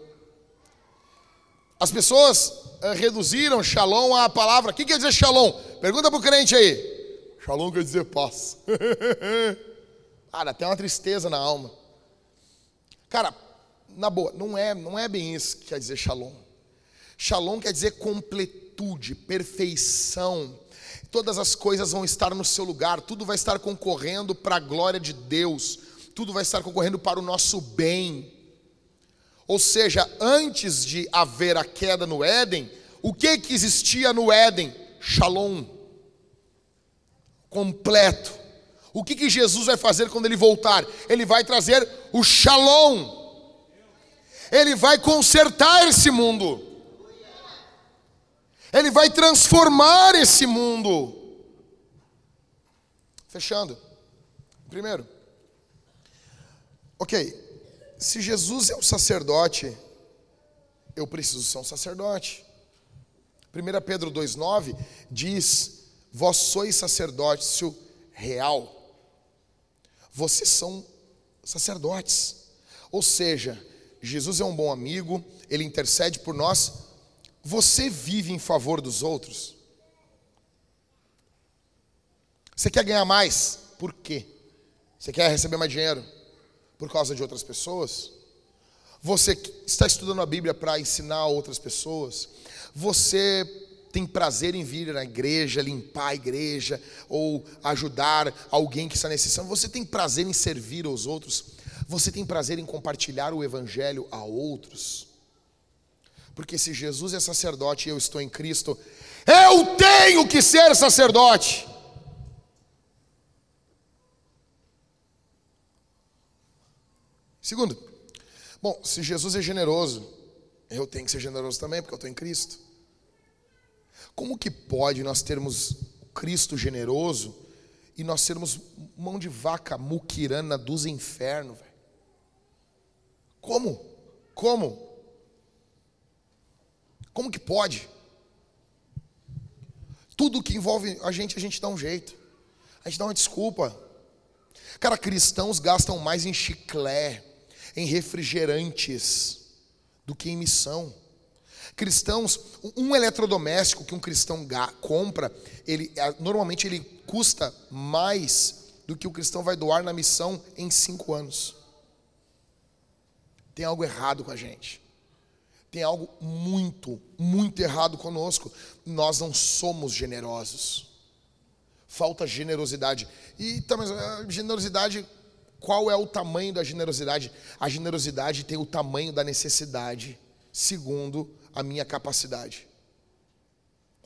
As pessoas uh, reduziram shalom à palavra. O que quer dizer shalom? Pergunta para o crente aí. Shalom quer dizer paz. Cara, tem uma tristeza na alma. Cara, na boa, não é, não é bem isso que quer dizer shalom. Shalom quer dizer completude, perfeição. Todas as coisas vão estar no seu lugar. Tudo vai estar concorrendo para a glória de Deus. Tudo vai estar concorrendo para o nosso bem. Ou seja, antes de haver a queda no Éden, o que que existia no Éden? Shalom. Completo. O que que Jesus vai fazer quando ele voltar? Ele vai trazer o shalom. Ele vai consertar esse mundo. Ele vai transformar esse mundo. Fechando. Primeiro. Ok. Se Jesus é um sacerdote, eu preciso ser um sacerdote. primeira Pedro dois, nove diz, vós sois sacerdócio real. Vocês são sacerdotes. Ou seja, Jesus é um bom amigo, ele intercede por nós. Você vive em favor dos outros? Você quer ganhar mais? Por quê? Você quer receber mais dinheiro? Por causa de outras pessoas? Você está estudando a Bíblia para ensinar outras pessoas? Você tem prazer em vir na igreja, limpar a igreja, ou ajudar alguém que está necessitando? Você tem prazer em servir aos outros? Você tem prazer em compartilhar o evangelho a outros? Porque se Jesus é sacerdote e eu estou em Cristo, eu tenho que ser sacerdote. Segundo, bom, se Jesus é generoso, eu tenho que ser generoso também, porque eu estou em Cristo. Como que pode nós termos Cristo generoso e nós sermos mão de vaca muquirana dos infernos, velho? Como? Como? Como que pode? Tudo que envolve a gente, a gente dá um jeito. A gente dá uma desculpa. Cara, cristãos gastam mais em chiclete, em refrigerantes, do que em missão. Cristãos, um eletrodoméstico que um cristão compra, ele, normalmente ele custa mais do que o cristão vai doar na missão em cinco anos. Tem algo errado com a gente. Tem algo muito, muito errado conosco. Nós não somos generosos. Falta generosidade. E tá, mas a generosidade, qual é o tamanho da generosidade? A generosidade tem o tamanho da necessidade, segundo a minha capacidade.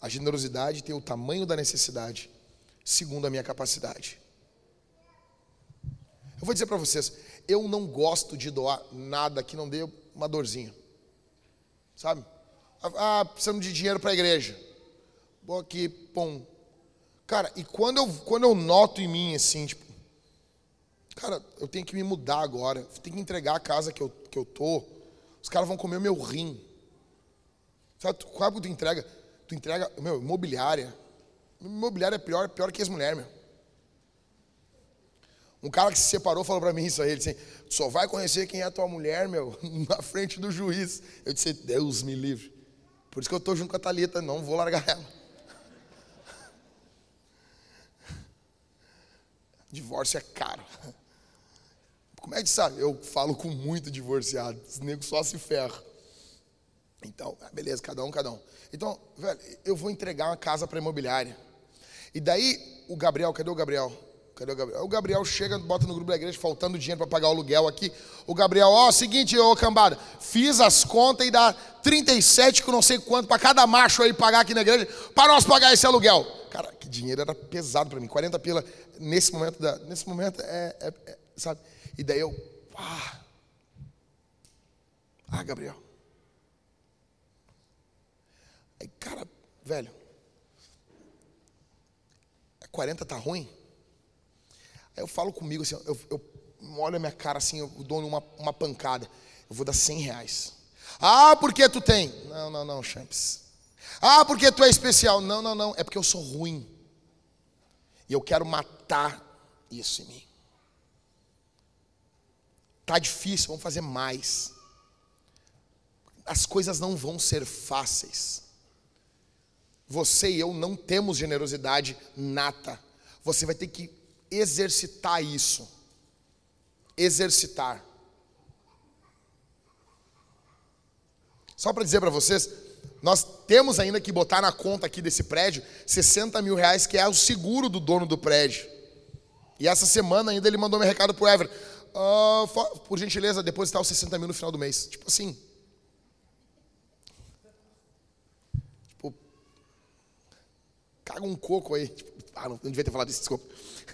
A generosidade tem o tamanho da necessidade, segundo a minha capacidade. Eu vou dizer para vocês, eu não gosto de doar nada que não dê uma dorzinha. Sabe? Ah, precisamos de dinheiro para a igreja. Vou aqui, pum. Cara, e quando eu, quando eu noto em mim assim, tipo, cara, eu tenho que me mudar agora, eu tenho que entregar a casa que eu, que eu tô, os caras vão comer o meu rim. Sabe, qual é que tu entrega? Tu entrega, meu, imobiliária. Imobiliária é pior, pior que ex-mulher, meu. Um cara que se separou falou pra mim isso aí, ele disse, tu só vai conhecer quem é a tua mulher, meu, na frente do juiz. Eu disse, Deus me livre. Por isso que eu tô junto com a Thalita, não vou largar ela. Divórcio é caro. Como é que sabe? Eu falo com muito divorciado, os negros só se ferram. Então, beleza, cada um, cada um. Então, velho, eu vou entregar uma casa para imobiliária. E daí, o Gabriel, cadê o Gabriel? Cadê o Gabriel? O Gabriel chega, bota no grupo da igreja, faltando dinheiro para pagar o aluguel aqui. O Gabriel, ó, seguinte, ô cambada, fiz as contas e dá trinta e sete com não sei quanto para cada macho aí pagar aqui na igreja, para nós pagar esse aluguel. Cara, que dinheiro era pesado para mim, quarenta pila nesse momento, da, nesse momento é, é, é, sabe? E daí eu, ah, ah, Gabriel. Aí, cara, velho, quarenta tá ruim? Aí eu falo comigo assim, eu, eu olho a minha cara assim, eu dou uma, uma pancada. Eu vou dar cem reais. Ah, porque tu tem? Não, não, não, Champs. Ah, porque tu é especial? Não, não, não, é porque eu sou ruim. E eu quero matar isso em mim. Tá difícil, vamos fazer mais. As coisas não vão ser fáceis. Você e eu não temos generosidade nata. Você vai ter que exercitar isso. Exercitar. Só para dizer para vocês, nós temos ainda que botar na conta aqui desse prédio sessenta mil reais, que é o seguro do dono do prédio. E essa semana ainda ele mandou meu recado pro Ever. Uh, por gentileza, depositar os sessenta mil no final do mês. Tipo assim. Tipo, caga um coco aí. Tipo, ah, não, não devia ter falado isso, desculpa.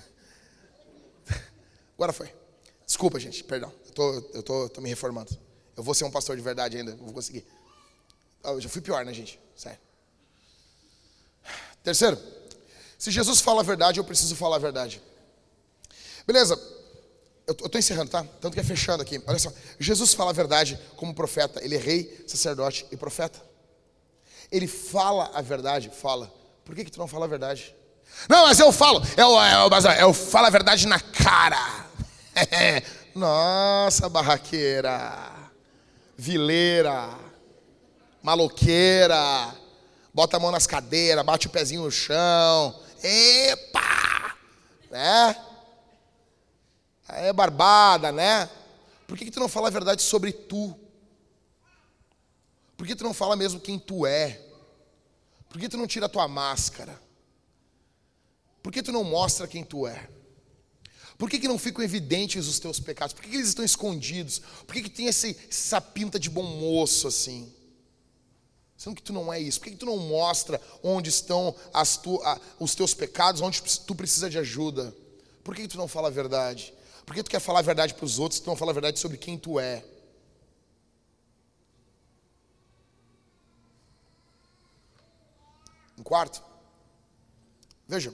Agora foi. Desculpa, gente, perdão. Eu tô, eu tô, tô me reformando. Eu vou ser um pastor de verdade ainda, eu vou conseguir. Eu já fui pior, né, gente? Sério. Terceiro, se Jesus fala a verdade, eu preciso falar a verdade. Beleza, eu tô, eu tô encerrando, tá? Tanto que é fechando aqui. Olha só, Jesus fala a verdade como profeta. Ele é rei, sacerdote e profeta. Ele fala a verdade, fala. Por que que tu não fala a verdade? Não, mas eu falo, eu, eu, mas eu falo a verdade na cara. Nossa, barraqueira, vileira, maloqueira, bota a mão nas cadeiras, bate o pezinho no chão, epa, né? É barbada, né? Por que que tu não fala a verdade sobre tu? Por que tu não fala mesmo quem tu é? Por que tu não tira a tua máscara? Por que tu não mostra quem tu é? Por que que não ficam evidentes os teus pecados? Por que que eles estão escondidos? Por que que tem esse, essa pinta de bom moço assim? Sendo que tu não é isso. Por que que tu não mostra onde estão as tu, a, os teus pecados, onde tu precisa de ajuda? Por que que tu não fala a verdade? Por que tu quer falar a verdade para os outros e tu não fala a verdade sobre quem tu é? Em quarto, veja.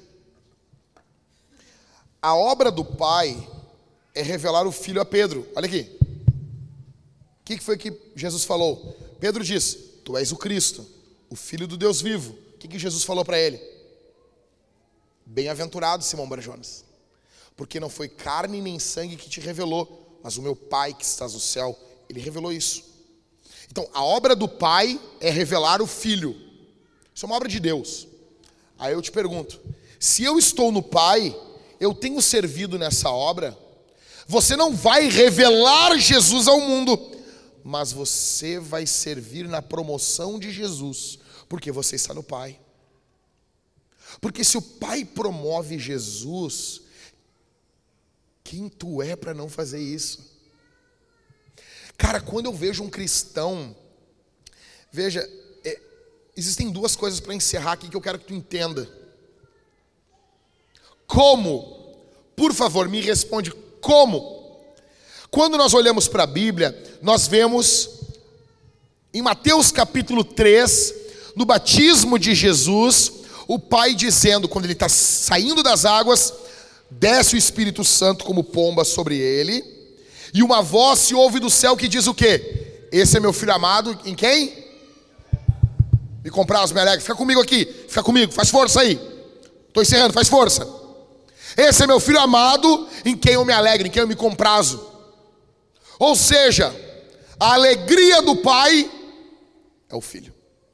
A obra do Pai é revelar o Filho a Pedro. Olha aqui. O que foi que Jesus falou? Pedro disse, tu és o Cristo, o Filho do Deus vivo. O que que Jesus falou para ele? Bem-aventurado, Simão Barjonas, porque não foi carne nem sangue que te revelou, mas o meu Pai que estás no céu, Ele revelou isso. Então, a obra do Pai é revelar o Filho. Isso é uma obra de Deus. Aí eu te pergunto, se eu estou no Pai, eu tenho servido nessa obra, você não vai revelar Jesus ao mundo, mas você vai servir na promoção de Jesus, porque você está no Pai. Porque se o Pai promove Jesus, quem tu é para não fazer isso? Cara, quando eu vejo um cristão, veja, é, existem duas coisas para encerrar aqui que eu quero que tu entenda. Como? Por favor, me responde, como? Quando nós olhamos para a Bíblia, nós vemos em Mateus capítulo três, no batismo de Jesus, o Pai dizendo, quando ele está saindo das águas, desce o Espírito Santo como pomba sobre ele, e uma voz se ouve do céu que diz o quê? Esse é meu filho amado, em quem? Me compraz, me alegra. Fica comigo aqui, fica comigo, faz força aí. Estou encerrando, faz força. Esse é meu filho amado, em quem eu me alegro, em quem eu me comprazo. Ou seja, a alegria do Pai é o Filho.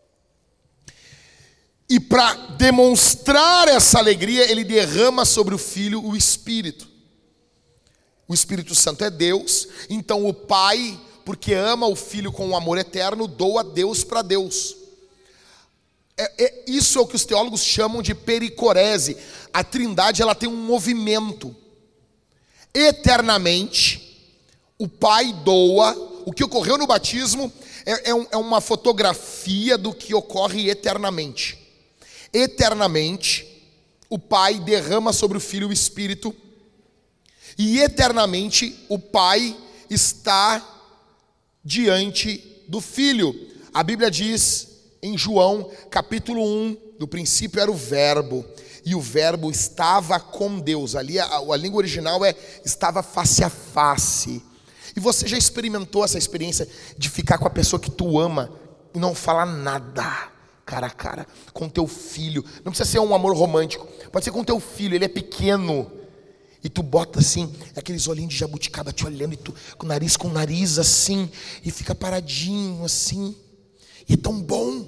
E para demonstrar essa alegria, ele derrama sobre o Filho o Espírito. O Espírito Santo é Deus, então o Pai, porque ama o Filho com um amor eterno, doa Deus para Deus. É, é, isso é o que os teólogos chamam de pericorese. A Trindade, ela tem um movimento. Eternamente, o Pai doa. O que ocorreu no batismo é, é, um, é uma fotografia do que ocorre eternamente. Eternamente, o Pai derrama sobre o Filho o Espírito, e eternamente o Pai está diante do Filho. A Bíblia diz em João capítulo um, no princípio era o verbo, e o verbo estava com Deus. Ali a, a língua original é estava face a face. E você já experimentou essa experiência de ficar com a pessoa que tu ama e não falar nada? Cara a cara, com teu filho. Não precisa ser um amor romântico, pode ser com teu filho, ele é pequeno, e tu bota assim, aqueles olhinhos de jabuticaba te olhando, e tu com o nariz com o nariz assim, e fica paradinho assim, e é tão bom.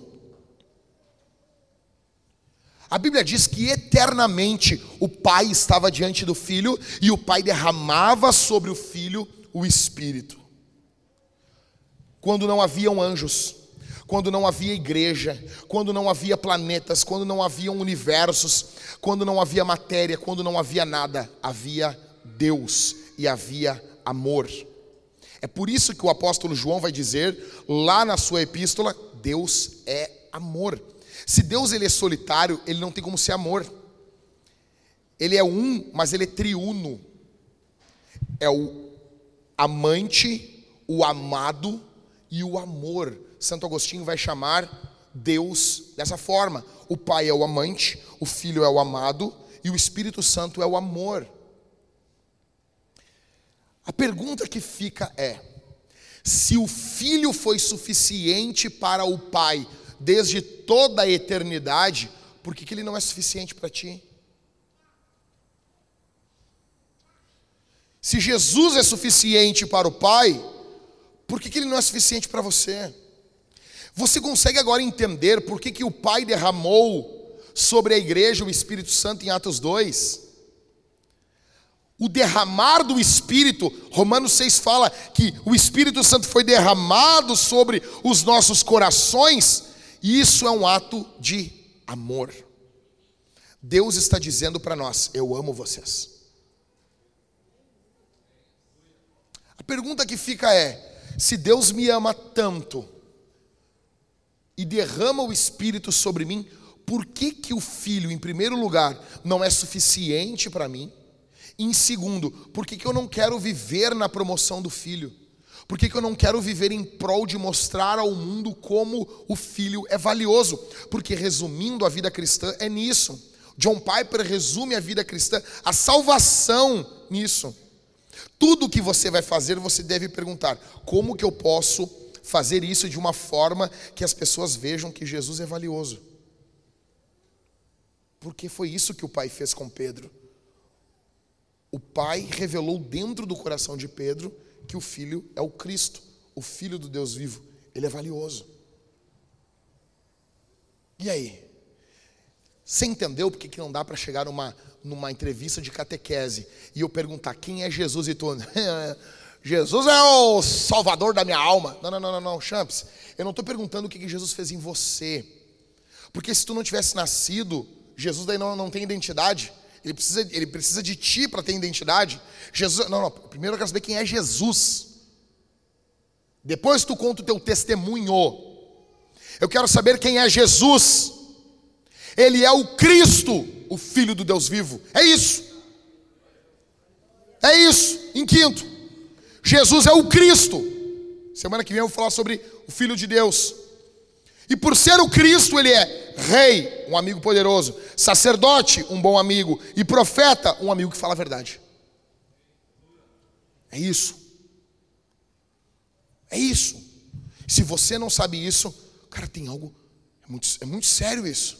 A Bíblia diz que eternamente o Pai estava diante do Filho, e o Pai derramava sobre o Filho o Espírito. Quando não haviam anjos, quando não havia igreja, quando não havia planetas, quando não havia universos, quando não havia matéria, quando não havia nada, havia Deus e havia amor. É por isso que o apóstolo João vai dizer lá na sua epístola, Deus é amor. Se Deus ele é solitário, ele não tem como ser amor. Ele é um, mas ele é triuno. É o amante, o amado e o amor. Santo Agostinho vai chamar Deus dessa forma. O Pai é o amante, o Filho é o amado e o Espírito Santo é o amor. A pergunta que fica é: se o Filho foi suficiente para o Pai desde toda a eternidade, por que que ele não é suficiente para ti? Se Jesus é suficiente para o Pai, por que que ele não é suficiente para você? Você consegue agora entender por que que o Pai derramou sobre a igreja o Espírito Santo em Atos dois? O derramar do Espírito, Romanos seis fala que o Espírito Santo foi derramado sobre os nossos corações, e isso é um ato de amor. Deus está dizendo para nós: eu amo vocês. A pergunta que fica é: se Deus me ama tanto e derrama o Espírito sobre mim, por que que o Filho, em primeiro lugar, não é suficiente para mim? E em segundo, por que que eu não quero viver na promoção do Filho? Por que que eu não quero viver em prol de mostrar ao mundo como o Filho é valioso? Porque, resumindo, a vida cristã é nisso. John Piper resume a vida cristã, a salvação nisso. Tudo que você vai fazer, você deve perguntar: como que eu posso fazer isso de uma forma que as pessoas vejam que Jesus é valioso? Porque foi isso que o Pai fez com Pedro. O Pai revelou dentro do coração de Pedro que o Filho é o Cristo, o Filho do Deus vivo. Ele é valioso. E aí? Você entendeu porque que não dá para chegar numa, numa entrevista de catequese e eu perguntar quem é Jesus e tu... Jesus é o salvador da minha alma. Não, não, não, não, não, Champs. Eu não estou perguntando o que que Jesus fez em você. Porque se tu não tivesse nascido, Jesus daí não, não tem identidade. Ele precisa, ele precisa de ti para ter identidade. Jesus, não, não, primeiro eu quero saber quem é Jesus. Depois tu conta o teu testemunho. Eu quero saber quem é Jesus. Ele é o Cristo, o Filho do Deus vivo. É isso. É isso. Em quinto, Jesus é o Cristo. Semana que vem eu vou falar sobre o Filho de Deus. E por ser o Cristo, ele é rei, um amigo poderoso, sacerdote, um bom amigo, e profeta, um amigo que fala a verdade. É isso. É isso. Se você não sabe isso, cara, tem algo, é muito, é muito sério isso.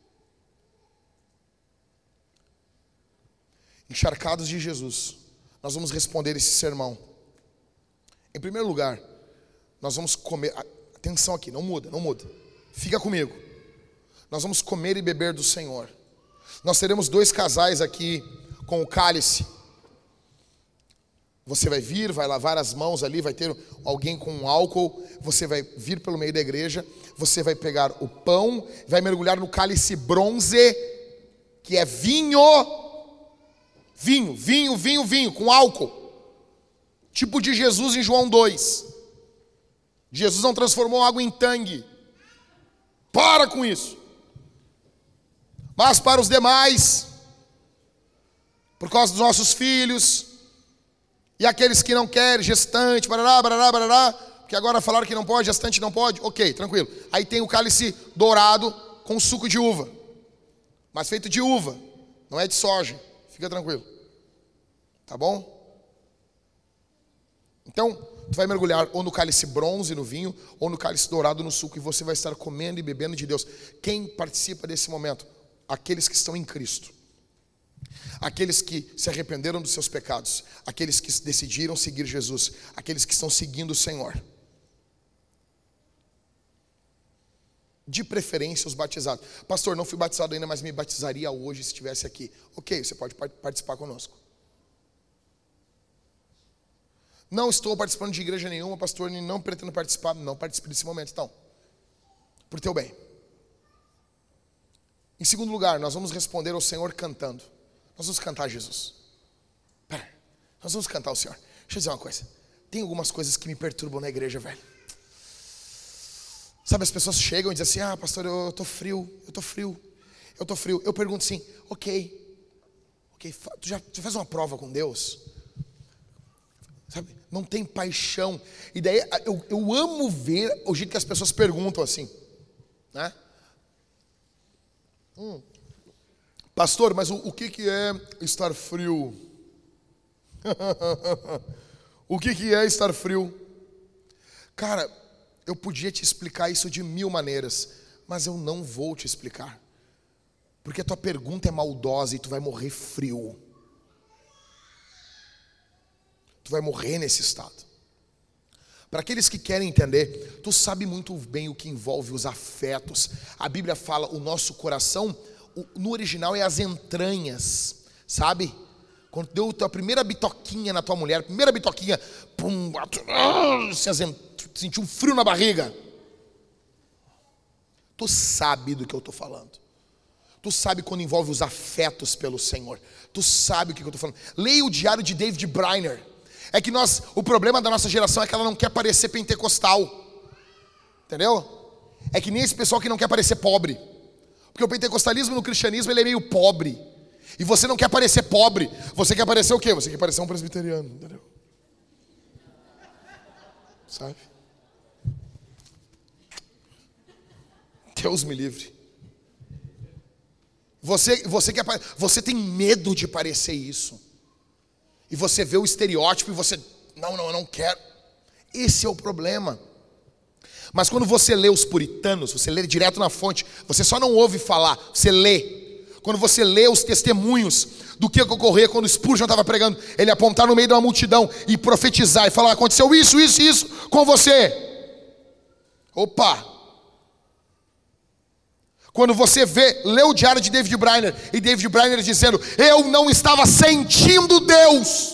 Encharcados de Jesus, nós vamos responder esse sermão. Em primeiro lugar, nós vamos comer, atenção aqui, não muda, não muda. Fica comigo. Nós vamos comer e beber do Senhor. Nós teremos dois casais aqui com o cálice. Você vai vir, vai lavar as mãos ali, vai ter alguém com um álcool. Você vai vir pelo meio da igreja. Você vai pegar o pão, vai mergulhar no cálice bronze, que é vinho. Vinho, vinho, vinho, vinho, com álcool. Tipo de Jesus em João dois. Jesus não transformou água em tangue. Para com isso. Mas para os demais, por causa dos nossos filhos, e aqueles que não querem, gestante, barará, barará, barará, porque agora falaram que não pode, gestante não pode, ok, tranquilo. Aí tem o cálice dourado com suco de uva, mas feito de uva, não é de soja, fica tranquilo. Tá bom? Então, tu vai mergulhar ou no cálice bronze, no vinho, ou no cálice dourado, no suco, e você vai estar comendo e bebendo de Deus. Quem participa desse momento? Aqueles que estão em Cristo. Aqueles que se arrependeram dos seus pecados. Aqueles que decidiram seguir Jesus. Aqueles que estão seguindo o Senhor. De preferência os batizados. Pastor, não fui batizado ainda, mas me batizaria hoje se estivesse aqui. Ok, você pode participar conosco. Não estou participando de igreja nenhuma, pastor, e não pretendo participar. Não participe desse momento, então. Por teu bem. Em segundo lugar, nós vamos responder ao Senhor cantando. Nós vamos cantar Jesus. Pera, nós vamos cantar ao Senhor. Deixa eu dizer uma coisa. Tem algumas coisas que me perturbam na igreja, velho. Sabe, as pessoas chegam e dizem assim, ah, pastor, eu tô frio, eu tô frio, eu tô frio. Eu pergunto assim, ok, ok, tu já, tu já fez uma prova com Deus? Sabe, não tem paixão. E daí eu, eu amo ver o jeito que as pessoas perguntam assim, né? Hum. Pastor, mas o, o que, que é estar frio? O que, que é estar frio? Cara, eu podia te explicar isso de mil maneiras, mas eu não vou te explicar, porque a tua pergunta é maldosa e tu vai morrer frio. Tu vai morrer nesse estado. Para aqueles que querem entender, tu sabe muito bem o que envolve os afetos. A Bíblia fala, o nosso coração, no original é as entranhas, sabe? Quando deu a primeira bitoquinha na tua mulher, a primeira bitoquinha, pum, se sentiu um frio na barriga. Tu sabe do que eu estou falando. Tu sabe quando envolve os afetos pelo Senhor. Tu sabe o que eu estou falando. Leia o diário de David Briner. É que nós, o problema da nossa geração é que ela não quer parecer pentecostal. Entendeu? É que nem esse pessoal que não quer parecer pobre. Porque o pentecostalismo no cristianismo ele é meio pobre. E você não quer parecer pobre. Você quer parecer o quê? Você quer parecer um presbiteriano. Entendeu? Sabe? Deus me livre. Você, você, quer, você tem medo de parecer isso. E você vê o estereótipo e você, não, não, eu não quero. Esse é o problema. Mas quando você lê os puritanos, você lê direto na fonte, você só não ouve falar, você lê. Quando você lê os testemunhos do que ocorria quando Spurgeon estava pregando, ele apontar no meio de uma multidão e profetizar e falar, aconteceu isso, isso, isso com você. Opa! Quando você vê, lê o diário de David Briner, e David Briner dizendo, eu não estava sentindo Deus.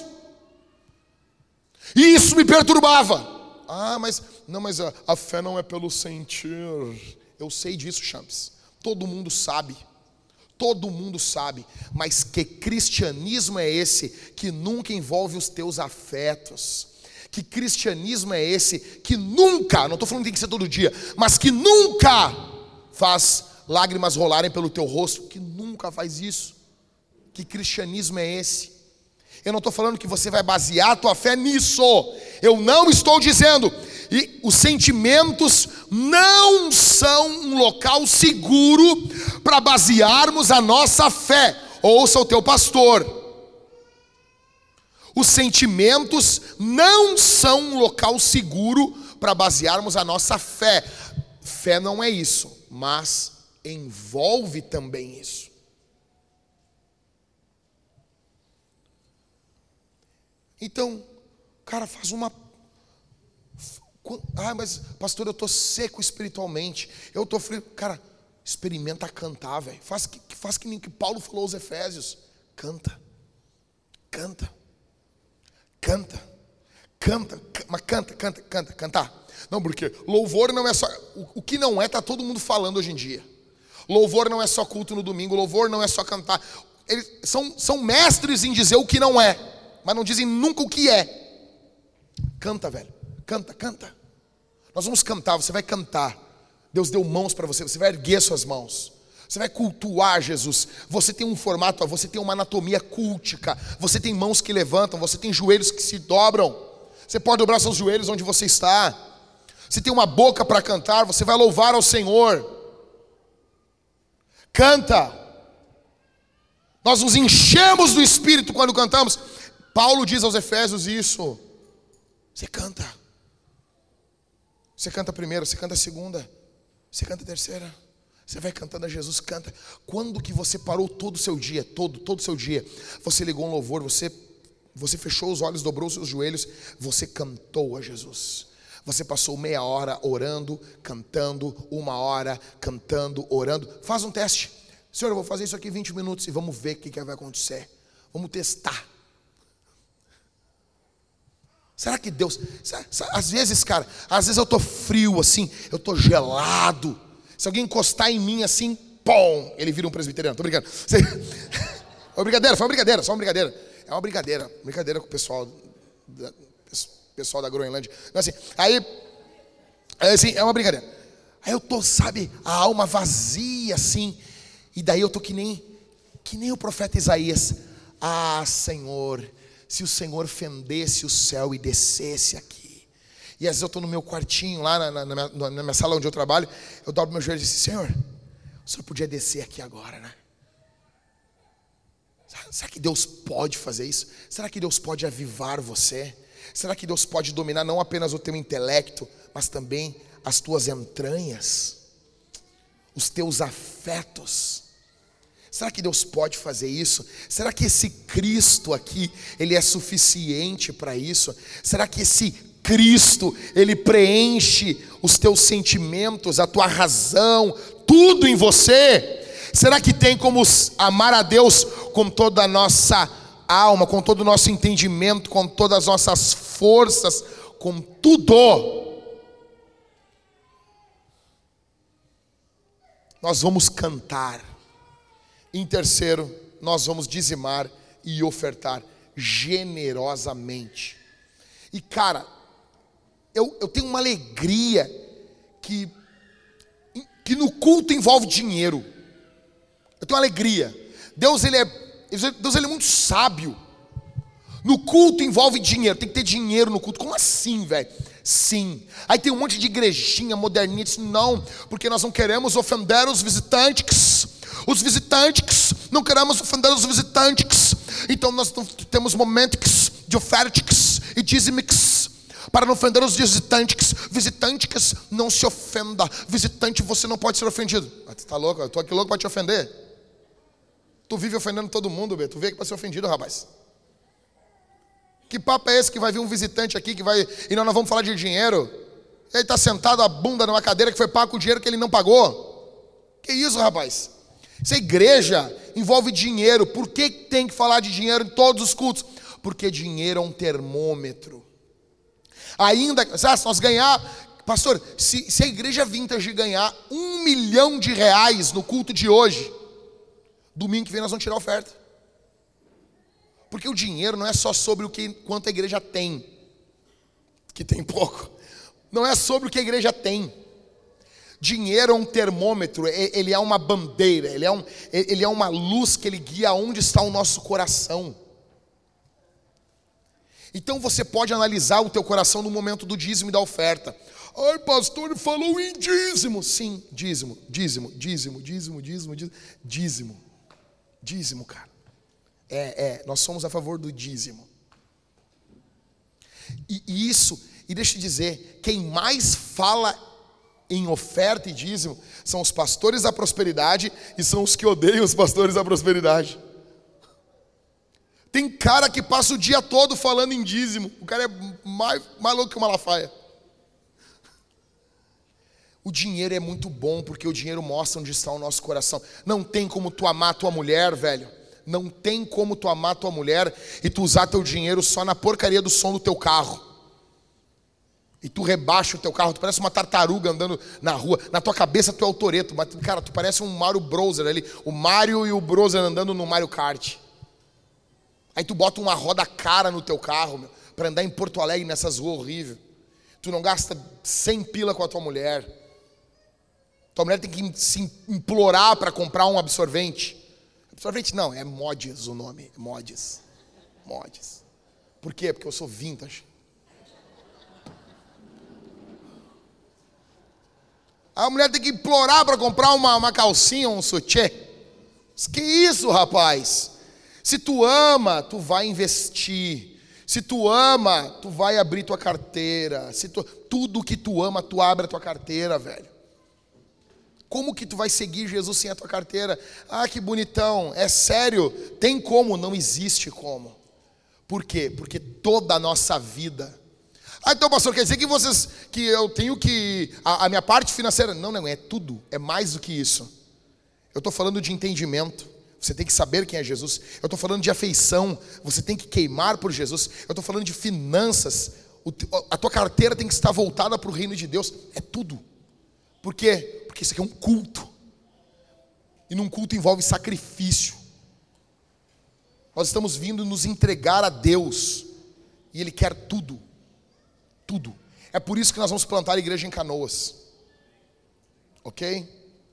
E isso me perturbava. Ah, mas, não, mas a, a fé não é pelo sentir. Eu sei disso, Champs. Todo mundo sabe. Todo mundo sabe. Mas que cristianismo é esse que nunca envolve os teus afetos? Que cristianismo é esse que nunca, não estou falando que tem que ser todo dia, mas que nunca faz lágrimas rolarem pelo teu rosto, que nunca faz isso? Que cristianismo é esse? Eu não estou falando que você vai basear a tua fé nisso. Eu não estou dizendo. E os sentimentos não são um local seguro para basearmos a nossa fé. Ouça o teu pastor. Os sentimentos não são um local seguro para basearmos a nossa fé. Fé não é isso, mas envolve também isso. Então, cara, faz uma... Ah, mas pastor, eu estou seco espiritualmente, eu estou frio. Cara, experimenta cantar, velho. Faz que, faz que nem que Paulo falou aos Efésios. Canta, canta, canta, canta, mas canta, canta, canta, cantar. Não, porque louvor não é só... O, o que não é, tá todo mundo falando hoje em dia. Louvor não é só culto no domingo, louvor não é só cantar. Eles são, são mestres em dizer o que não é, mas não dizem nunca o que é. Canta, velho. Canta, canta. Nós vamos cantar, você vai cantar. Deus deu mãos para você, você vai erguer suas mãos. Você vai cultuar Jesus. Você tem um formato, você tem uma anatomia cultica. Você tem mãos que levantam, você tem joelhos que se dobram. Você pode dobrar seus joelhos onde você está. Você tem uma boca para cantar, você vai louvar ao Senhor. Canta. Nós nos enchemos do Espírito quando cantamos. Paulo diz aos Efésios isso. Você canta. Você canta a primeira, você canta a segunda, você canta a terceira. Você vai cantando a Jesus, canta. Quando que você parou todo o seu dia, todo, todo o seu dia, você ligou um louvor, você, você fechou os olhos, dobrou os seus joelhos, você cantou a Jesus. Você passou meia hora orando, cantando, uma hora cantando, orando. Faz um teste. Senhor, eu vou fazer isso aqui vinte minutos e vamos ver o que, que vai acontecer. Vamos testar. Será que Deus... Às vezes, cara, às vezes eu tô frio assim, eu tô gelado. Se alguém encostar em mim assim, pom, ele vira um presbiteriano. Tô brincando. Você... É uma brincadeira, foi uma brincadeira, só uma brincadeira. É uma brincadeira, brincadeira com o pessoal da, pessoal da Groenlândia. Então, assim, aí, assim, é uma brincadeira. Aí eu tô, sabe, a alma vazia assim, e daí eu tô que nem, que nem o profeta Isaías. Ah, Senhor, se o Senhor fendesse o céu e descesse aqui. E às vezes eu estou no meu quartinho, lá na, na, na, minha, na minha sala onde eu trabalho, eu dobro meu joelho e disse, Senhor, o Senhor podia descer aqui agora, né? Será que Deus pode fazer isso? Será que Deus pode avivar você? Será que Deus pode dominar não apenas o teu intelecto, mas também as tuas entranhas, os teus afetos? Será que Deus pode fazer isso? Será que esse Cristo aqui, ele é suficiente para isso? Será que esse Cristo, ele preenche os teus sentimentos, a tua razão, tudo em você? Será que tem como amar a Deus com toda a nossa alma, com todo o nosso entendimento, com todas as nossas forças, com tudo? Nós vamos cantar. Em terceiro, nós vamos dizimar e ofertar generosamente. E cara, eu, eu tenho uma alegria que, que no culto envolve dinheiro. Eu tenho uma alegria. Deus ele é, Deus ele é muito sábio. No culto envolve dinheiro, tem que ter dinheiro no culto. Como assim, velho? Sim. Aí tem um monte de igrejinha moderninha, diz, não, porque nós não queremos ofender os visitantes. Os visitantes, não queremos ofender os visitantes. Então nós temos momentos de ofertas e dízimos para não ofender os visitantes. Visitantes, não se ofenda. Visitante, você não pode ser ofendido. Mas tu tá louco? Eu tô aqui louco para te ofender. Tu vive ofendendo todo mundo, Bê. Tu veio aqui para ser ofendido, rapaz. Que papo é esse que vai vir um visitante aqui que vai... E nós não vamos falar de dinheiro? Ele está sentado a bunda numa cadeira que foi pago com dinheiro que ele não pagou. Que isso, rapaz? Essa igreja envolve dinheiro. Por que tem que falar de dinheiro em todos os cultos? Porque dinheiro é um termômetro. Ainda, se nós ganhar... Pastor, se, se a igreja Vintage ganhar um milhão de reais no culto de hoje, domingo que vem nós vamos tirar a oferta. Porque o dinheiro não é só sobre o que, quanto a igreja tem. que tem pouco. Não é sobre o que a igreja tem. Dinheiro é um termômetro, ele é uma bandeira, ele é, um, ele é uma luz que ele guia onde está o nosso coração. Então você pode analisar o teu coração no momento do dízimo e da oferta. Ai, pastor, ele falou em dízimo. Sim, dízimo, dízimo, dízimo, dízimo, dízimo, dízimo, dízimo, dízimo, cara. É, é, nós somos a favor do dízimo. E, e isso, e deixa eu dizer, quem mais fala em oferta e dízimo são os pastores da prosperidade e são os que odeiam os pastores da prosperidade. Tem cara que passa o dia todo falando em dízimo. O cara é mais, mais louco que uma Malafaia. O dinheiro é muito bom porque o dinheiro mostra onde está o nosso coração. Não tem como tu amar tua mulher, velho. Não tem como tu amar tua mulher e tu usar teu dinheiro só na porcaria do som do teu carro. E tu rebaixa o teu carro, tu parece uma tartaruga andando na rua. Na tua cabeça tu é o Toretto, mas cara, tu parece um Mario Browser ali. O Mario e o Browser andando no Mario Kart. Aí tu bota uma roda cara no teu carro, meu, pra andar em Porto Alegre nessas ruas horríveis. Tu não gasta cem pila com a tua mulher. Tua mulher tem que se implorar para comprar um absorvente. Absorvente não, é Mods o nome. Mods. Mods. Por quê? Porque eu sou vintage. A mulher tem que implorar para comprar uma, uma calcinha, um sutiã. Que isso, rapaz? Se tu ama, tu vai investir. Se tu ama, tu vai abrir tua carteira. Se tu, tudo que tu ama, tu abre a tua carteira, velho. Como que tu vai seguir Jesus sem a tua carteira? Ah, que bonitão. É sério? Tem como? Não existe como. Por quê? Porque toda a nossa vida... Ah, então, pastor, quer dizer que vocês, que eu tenho que, a, a minha parte financeira, não, não, é tudo, é mais do que isso. Eu estou falando de entendimento, você tem que saber quem é Jesus. Eu estou falando de afeição, você tem que queimar por Jesus. Eu estou falando de finanças, o, a tua carteira tem que estar voltada para o reino de Deus, é tudo. Por quê? Porque isso aqui é um culto, e num culto envolve sacrifício. Nós estamos vindo nos entregar a Deus, e Ele quer tudo. Tudo. É por isso que nós vamos plantar a igreja em Canoas. Ok?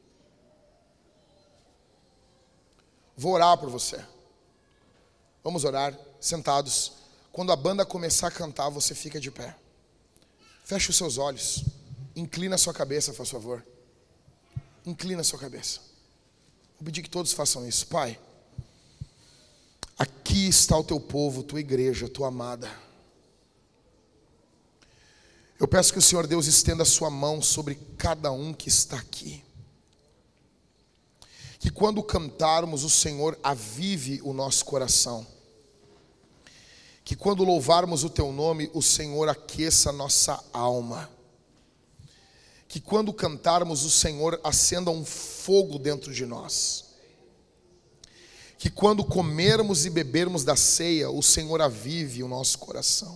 Vou orar por você. Vamos orar, sentados. Quando a banda começar a cantar, você fica de pé. Feche os seus olhos. Inclina a sua cabeça, por favor. Inclina a sua cabeça. Vou pedir que todos façam isso. Pai, aqui está o teu povo, tua igreja, tua amada. Eu peço que o Senhor Deus estenda a sua mão sobre cada um que está aqui. Que quando cantarmos, o Senhor avive o nosso coração. Que quando louvarmos o teu nome, o Senhor aqueça a nossa alma. Que quando cantarmos, o Senhor acenda um fogo dentro de nós. Que quando comermos e bebermos da ceia, o Senhor avive o nosso coração.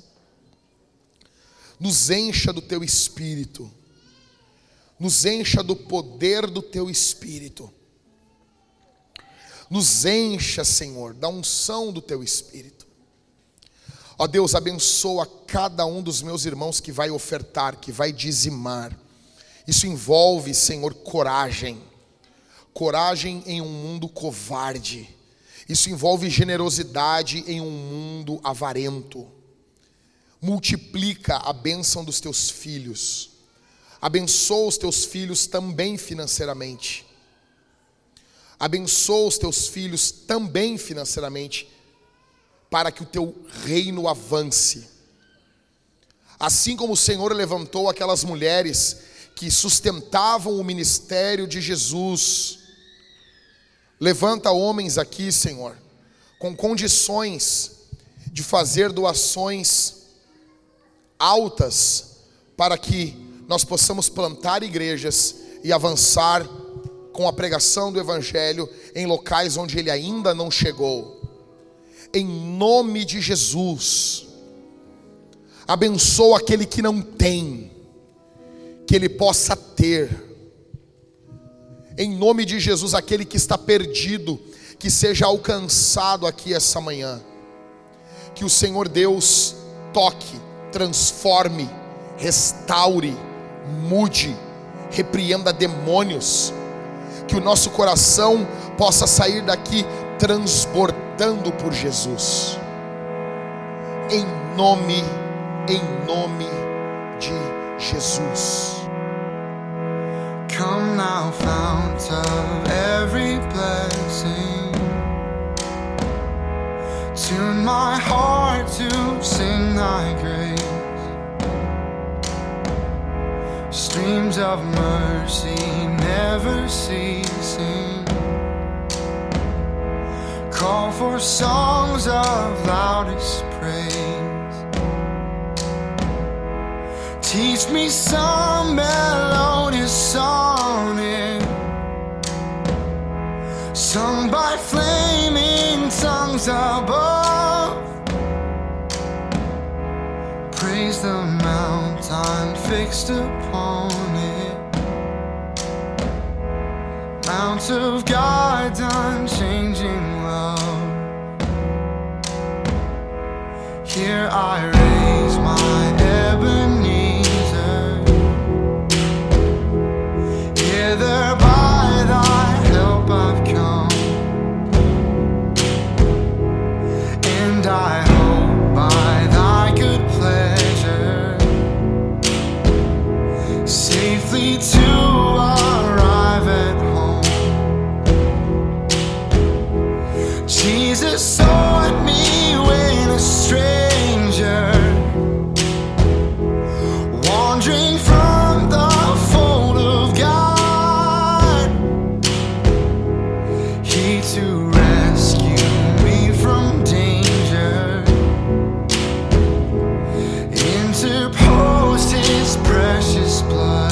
Nos encha do teu Espírito. Nos encha do poder do teu Espírito. Nos encha, Senhor, da unção do teu Espírito. Ó Deus, abençoa cada um dos meus irmãos que vai ofertar, que vai dizimar. Isso envolve, Senhor, coragem. Coragem em um mundo covarde. Isso envolve generosidade em um mundo avarento. Multiplica a bênção dos teus filhos. Abençoa os teus filhos também financeiramente. Abençoa os teus filhos também financeiramente, para que o teu reino avance. Assim como o Senhor levantou aquelas mulheres que sustentavam o ministério de Jesus. Levanta homens aqui, Senhor, com condições de fazer doações altas, para que nós possamos plantar igrejas e avançar com a pregação do Evangelho em locais onde ele ainda não chegou. Em nome de Jesus, abençoa aquele que não tem, que ele possa ter. Em nome de Jesus, aquele que está perdido, que seja alcançado aqui essa manhã. Que o Senhor Deus toque, transforme, restaure, mude, repreenda demônios, que o nosso coração possa sair daqui transbordando por Jesus, em nome, em nome de Jesus. Come now, fount of every blessing, tune my heart to sing thy grace. Streams of mercy never ceasing, call for songs of loudest praise. Teach me some melodious sonnet, sung by flaming tongues above. Praise the mount I'm fixed upon it, mount of God's unchanging love. Here I raise my Ebenezer, hither by thy help I've come, and I hope by thy good pleasure safely to arrive at home. Jesus sought me when a stranger, wandering from the fold of God, he to rescue me from danger interposed his precious blood.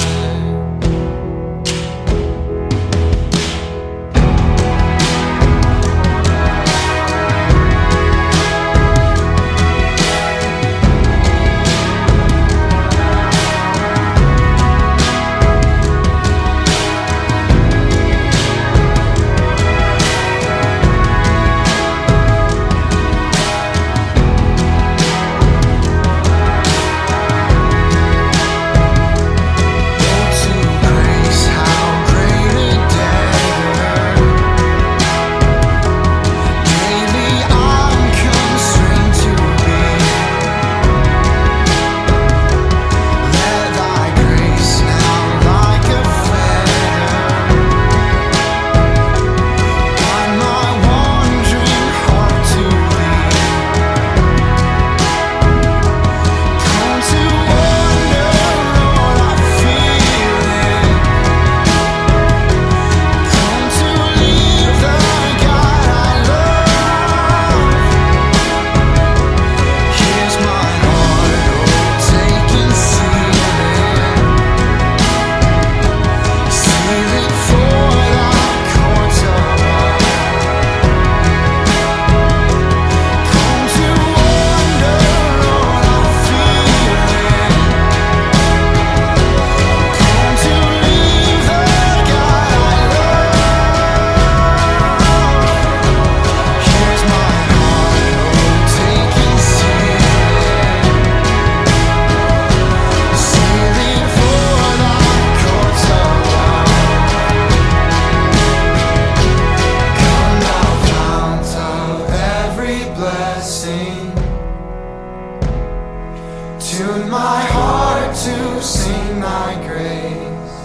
Tune my heart to sing thy grace.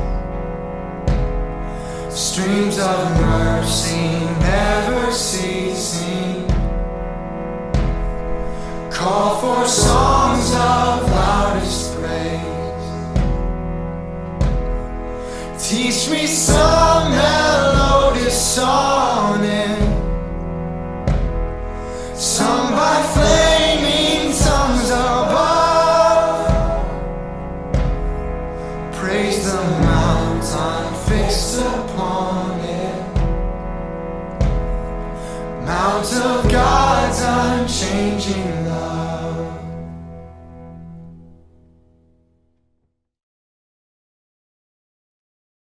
Streams of mercy never ceasing, call for songs of loudest praise. Teach me some melodious sonnet, sung by flaming tongues above. Praise the mountain fixed upon it, mount of God's unchanging love.